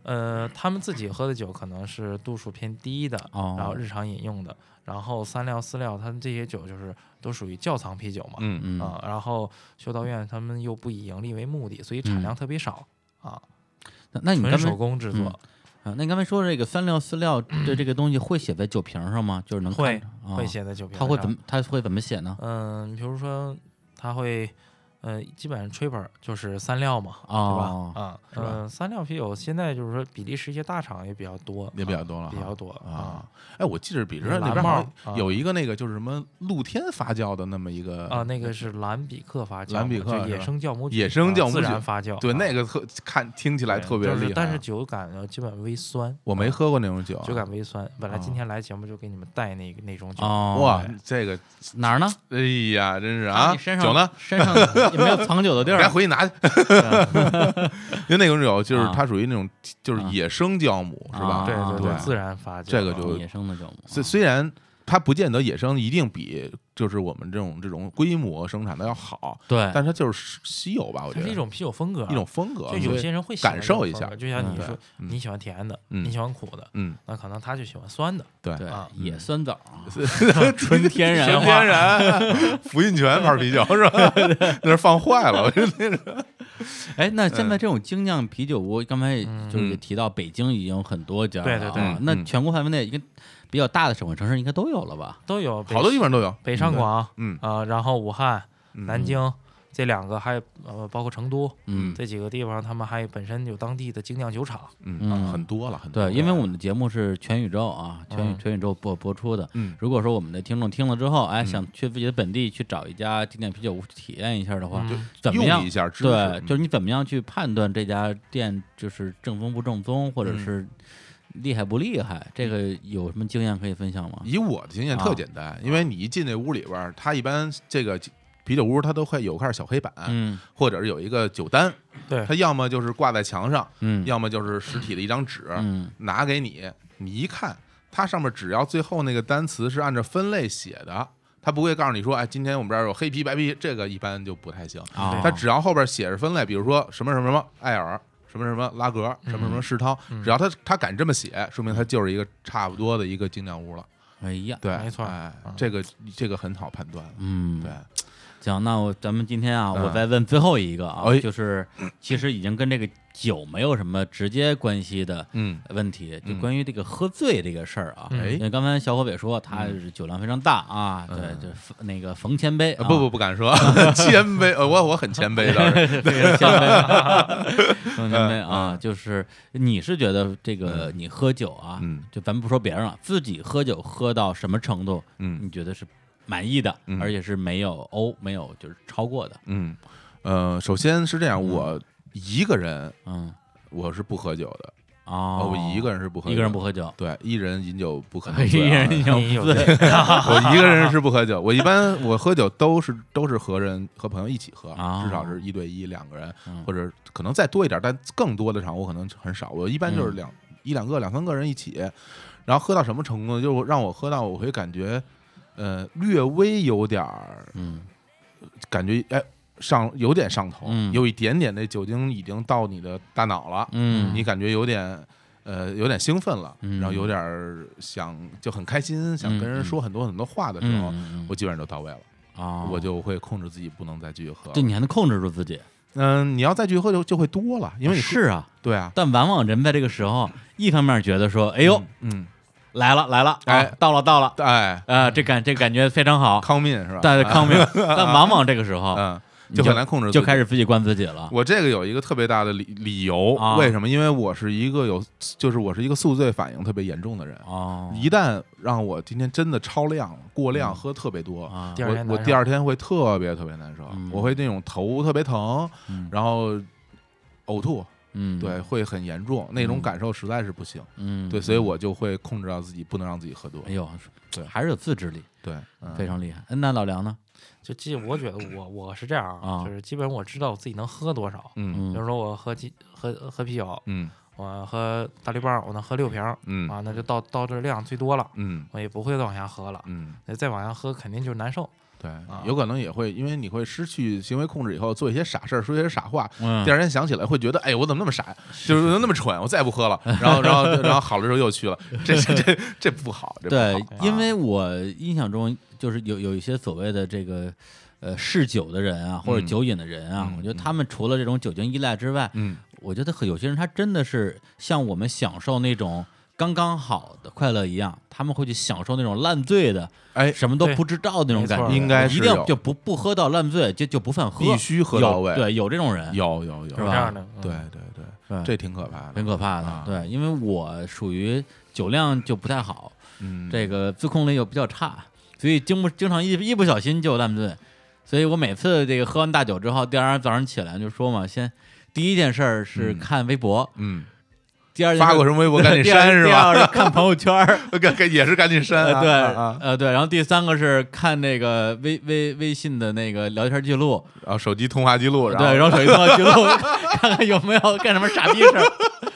他们自己喝的酒可能是度数偏低的，然后日常饮用的，然后3料4料，他们这些酒就是都属于窖藏啤酒嘛，然后修道院他们又不以盈利为目的，所以产量特别少啊。 那你纯手工制作。 那你刚才说这个3料4料的这个东西会写在酒瓶上吗？就是能看会写在酒瓶上。他会怎么写呢？ 比如说他会。基本上吹本就是3料嘛，对吧？3料啤酒现在就是说比利时一些大厂也比较多， 也比较多了， 比较多啊。 哎，我记得比利时那边有一个那个就是什么露天发酵的那么一个那个是兰比克发酵， 兰比克野生酵母酒， 野生酵母自然发酵， 对，那个听起来特别厉害， 但是酒感基本微酸。 我没喝过那种酒， 酒感微酸。本来今天来节目就给你们带那种酒。 哇，这个哪儿呢？ 哎呀，真是啊！酒呢？ 身上也没有藏酒的地儿， 赶紧回去拿去。因为那种酒就是它属于那种就是野生酵母，是吧？ 对，自然发酵， 这个就野生的酵母。 虽然它不见得野生一定比就是我们这种规模生产的要好， 对， 但它就是稀有吧，我觉得是一种啤酒风格， 一种风格。 就有些人会感受一下， 就像你说你喜欢甜的，你喜欢苦的，那可能他就喜欢酸的， 对野酸枣，纯天然， 福印泉牌啤酒是吧？那是放坏了，我觉得那是。 哎，那现在这种精酿啤酒屋，刚才就是也提到北京已经有很多家了， 对， 那全国范围内一个比较大的省会城市应该都有了吧？ 都有， 好多地方都有。 北上广，然后武汉、南京这2个，还有包括成都，这几个地方，他们还本身有当地的精酿酒厂， 很多了，很多。 对，因为我们的节目是全宇宙啊，全宇宙播出的。如果说我们的听众听了之后，哎，想去自己的本地去找一家精酿啤酒屋体验一下的话，怎么样？ 用一下知识， 对，就是你怎么样去判断这家店就是正宗不正宗，或者是厉害不厉害？这个有什么经验可以分享吗？ 以我的经验特简单，因为你一进那屋里边，他一般这个啤酒屋它都会有块小黑板，或者是有一个酒单， 对， 它要么就是挂在墙上，要么就是实体的一张纸，拿给你，你一看，它上面只要最后那个单词是按照分类写的，它不会告诉你说，哎，今天我们这儿有黑啤、白啤，这个一般就不太行。它只要后边写着分类，比如说什么什么什么艾尔。什么什么拉格，什么什么世涛，只要他敢这么写，说明他就是一个差不多的一个精酿屋了。 哎呀， 对， 没错， 哎，这个很好判断。 对。行，那咱们今天啊，我再问最后一个啊，就是其实已经跟这个酒没有什么直接关系的问题，就关于这个喝醉这个事儿啊。因为刚才小伙辈说他是酒量非常大啊，对，就那个冯千杯， 不敢说谦卑，我很谦卑的， 非常谦卑，冯千杯啊，就是你是觉得这个你喝酒啊，就咱们不说别人了，自己喝酒喝到什么程度，你觉得是满意的，而且是没有就是超过的。 首先是这样，我一个人，我是不喝酒的。我一个人是不喝酒， 一个人不喝酒， 对，一人饮酒不可能醉， 一人饮酒不醉。 我一个人是不喝酒，我一般我喝酒都是和朋友一起喝，至少是1对12个人，或者可能再多一点，但更多的场我可能很少。我一般就是1、2个、2、3个人一起，然后喝到什么程度呢？就让我喝到我会感觉。略微有点儿，感觉哎有点上头，有一点点那酒精已经到你的大脑了，你感觉有点兴奋了，然后有点就很开心，想跟人说很多很多话的时候，我基本上都到位了，我就会控制自己不能再继续喝。 对，你还能控制住自己。 你要再继续喝就会多了，因为你是啊， 对啊， 但往往人在这个时候，一方面觉得说，哎呦，来了， 哎， 到了， 哎， 这感觉非常好， 康命是吧？ 对，康命。但往往这个时候， 就很难控制， 就开始自己灌自己了。 我这个有一个特别大的理由，为什么？因为我是一个我是一个宿醉反应特别严重的人。一旦让我今天真的超量了、过量喝特别多，我第二天会特别特别难受，我会那种头特别疼，然后呕吐。对，会很严重，那种感受实在是不行。对，所以我就会控制到自己，不能让自己喝多。 哎呦， 对， 还是有自制力， 对， 非常厉害。那老梁呢？ 我觉得我是这样啊，就是基本我知道我自己能喝多少。比如说我喝啤酒，我喝大绿棒，我能喝6瓶，那就到这量最多了。我也不会再往下喝了。再往下喝肯定就是难受。 对，有可能也会，因为你会失去行为控制以后，做一些傻事儿，说一些傻话，第二天想起来会觉得，哎，我怎么那么傻，就是那么蠢，我再也不喝了。然后好了之后又去了，这不好。 对，因为我印象中就是有一些所谓的这个嗜酒的人啊，或者酒瘾的人啊，我觉得他们除了这种酒精依赖之外，我觉得有些人他真的是像我们享受那种刚刚好的快乐一样，他们会去享受那种烂醉的，什么都不知道的那种感觉。 应该是一定就不喝到烂醉，就不犯喝， 必须喝到位。 对，有这种人， 有是吧？这样的， 对，这挺可怕的， 挺可怕的。对，因为我属于酒量就不太好，这个自控力又比较差，所以经常一不小心就烂醉。所以我每次这个喝完大酒之后，第二天早上起来就说嘛，第一件事是看微博，第二件发过什么微博赶紧删是吧？ 第二是看朋友圈， 也是赶紧删。 对，然后第三个是看那个微信的那个聊天记录， 然后手机通话记录， 然后手机通话记录看看有没有干什么傻逼事儿。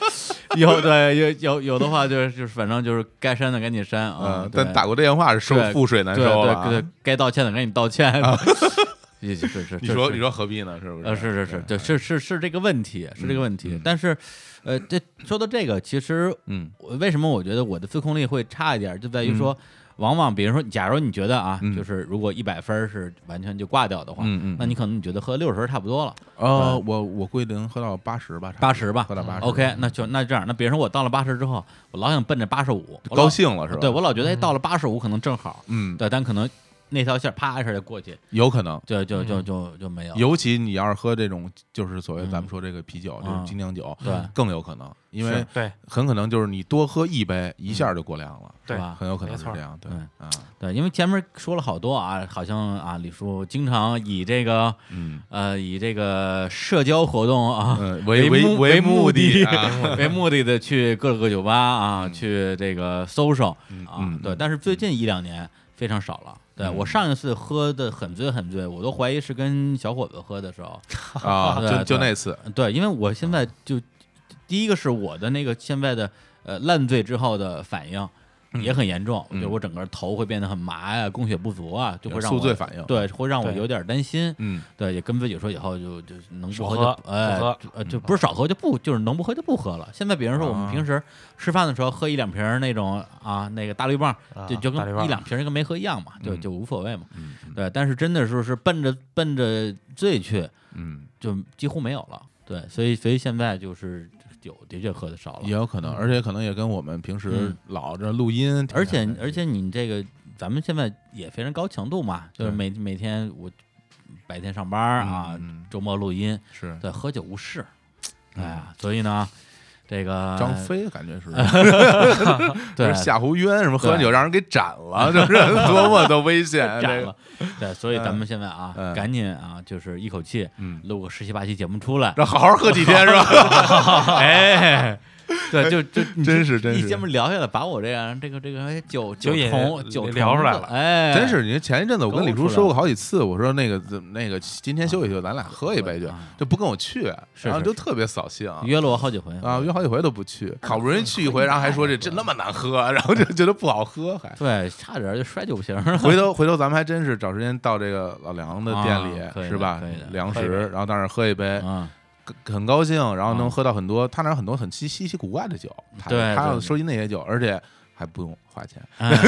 有的话就是反正就是该删的赶紧删啊。 但打过电话是覆水难收了。 对，该道歉的赶紧道歉。是，你说何必呢？是不是？ 是这个问题，是这个问题。但是，这说到这个，其实，为什么我觉得我的自控力会差一点，就在于说，往往比如说，假如你觉得啊，就是如果100分是完全就挂掉的话，那你可能你觉得喝60分差不多了。 我规定喝到80吧 ，80吧， 喝到80。 OK，那这样，那比如说我到了80之后，我老想奔着85， 高兴了是吧？ 对，我老觉得到了85可能正好，对，但可能。那条线啪一下就过去， 有可能， 就没有。 尤其你要是喝这种，就是所谓咱们说这个啤酒，就是精酿酒， 对， 更有可能，因为很可能就是你多喝一杯，一下就过量了， 是吧？ 很有可能是这样， 对，因为前面说了好多啊，好像啊，李叔经常以这个，以这个社交活动啊为目的为目的的去各个酒吧啊，去这个social啊，对，但是最近1-2年非常少了。对，我上一次喝的很醉，我都怀疑是跟小伙子喝的时候啊，就那次。 对，因为我现在就第一个是我的那个现在的烂醉之后的反应也很严重，就我整个头会变得很麻呀，供血不足啊，就会让我宿醉反应， 对，会让我有点担心。对，也跟自己说以后就能不喝就不是少喝就是能不喝就不喝了。现在比如说我们平时吃饭的时候喝1-2瓶那种啊，那个大绿棒，就跟1-2瓶跟没喝一样嘛，就无所谓嘛。对，但是真的是奔着醉去，就几乎没有了。对，所以现在就是酒的确喝的少了， 也有可能，而且可能也跟我们平时老这录音， 而且你这个咱们现在也非常高强度嘛，就是每天我白天上班啊，周末录音， 是对，喝酒无事，哎呀，所以呢。这个张飞感觉是，对，夏侯渊什么喝完酒让人给斩了，就是多么的危险， 斩了。对，所以咱们现在啊，赶紧啊，就是一口气录个17-18期节目出来， 让好好喝几天是吧？ 哎。对，就真是一节目聊下来，把我这样这个酒聊出来了， 哎， 真是。你前一阵子我跟李叔说过好几次，我说那个今天休息去，咱俩喝一杯去，就不跟我去，然后就特别扫兴， 约了我好几回啊，约好几回都不去，好不容易去一回，然后还说这那么难喝，然后就觉得不好喝，还对，差点就摔酒瓶。 回头咱们还真是找时间到这个老梁的店里，是吧？粮食，然后到那儿喝一杯。很高兴，然后能喝到很多，他那有很多很稀奇古怪的酒，他要收集那些酒，而且还不用花钱，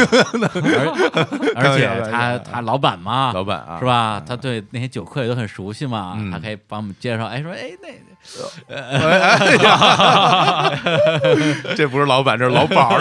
而且他老板嘛， 老板啊， 是吧？他对那些酒客也都很熟悉嘛，他可以帮我们介绍，说这不是老板，这是老鸨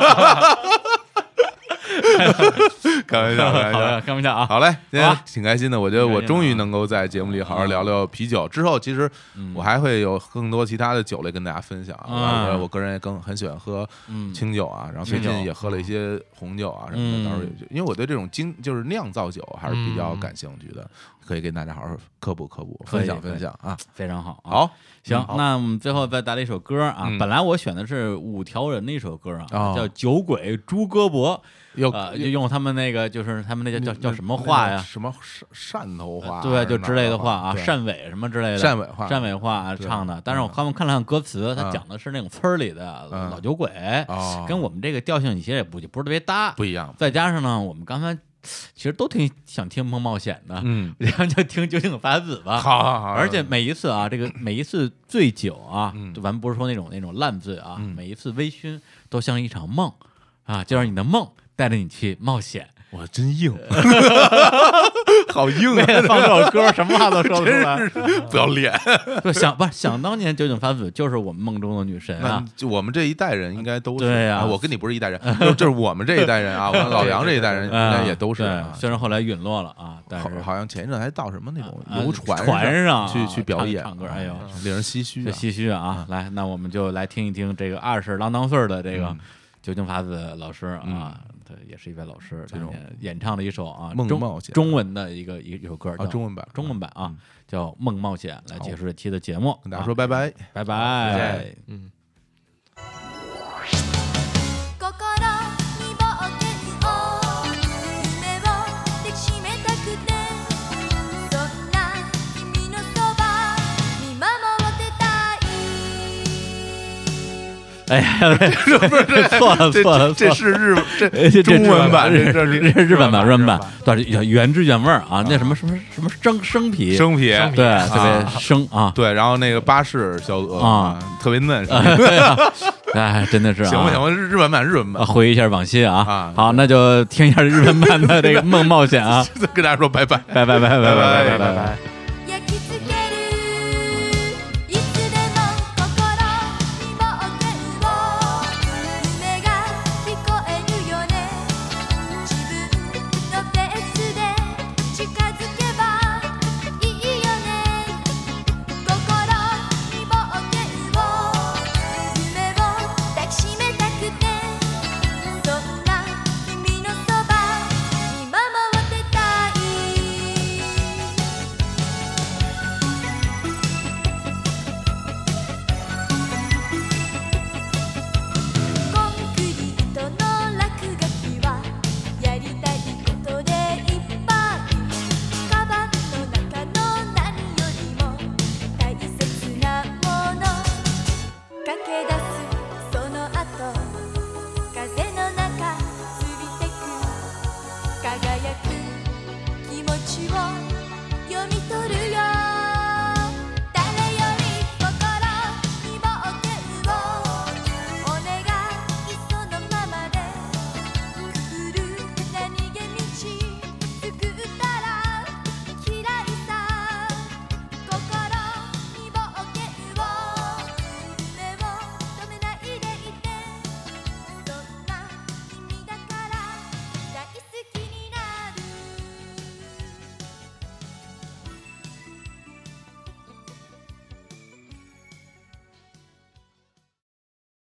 开玩笑啊！好嘞，今天挺开心的。我觉得我终于能够在节目里好好聊聊啤酒。之后其实我还会有更多其他的酒类跟大家分享。我个人也很喜欢喝清酒啊，然后最近也喝了一些红酒啊什么的。到时候因为我对这种就是酿造酒还是比较感兴趣的，可以跟大家好好科普分享啊， 非常好。 好， 行，那我们最后再带来一首歌啊。本来我选的是五条人的一首歌啊，叫《酒鬼朱哥伯》。就用他们那个，就是他们那叫什么话呀？ 什么汕头话？ 对，就之类的话啊，汕尾什么之类的。 汕尾话唱的。但是我看了歌词，他讲的是那种村里的老酒鬼，跟我们这个调性其实也不是特别搭， 不一样。 再加上呢，我们刚才其实都挺想听梦冒险的，然后就听酒井法子吧。 好， 而且每一次啊，这个每一次醉酒啊，咱们不是说那种烂醉啊，每一次微醺都像一场梦啊，就让你的梦带着你去冒险。 哇，真硬，好硬啊！放这首歌，什么话都说不出来， 不要脸。 想当年酒井法子就是我们梦中的女神啊！ 就我们这一代人应该都是。 对呀， 我跟你不是一代人，就是我们这一代人啊，我们老杨这一代人应该也都是。 虽然后来陨落了啊，但是好像前一阵还到什么那种游船上去表演唱歌，哎呦， 令人唏嘘， 唏嘘啊！来，那我们就来听一听这个20郎当岁的这个酒井法子老师啊。也是一位老师，这种演唱的一首啊梦冒险中文的一首歌啊，中文版啊，叫《梦冒险》，来结束这期的节目， 跟大家说拜拜， 拜拜，哎呀，不是错了， 这是中文版，这是日本版，对，原汁原味啊，那什么生皮，对，特别生啊， 对，然后那个巴士小鹅啊，特别嫩， 哎，真的是行不行？日本版， 回忆一下往昔啊，好，那就听一下日本版的这个梦冒险啊， 跟大家说拜拜， 拜拜。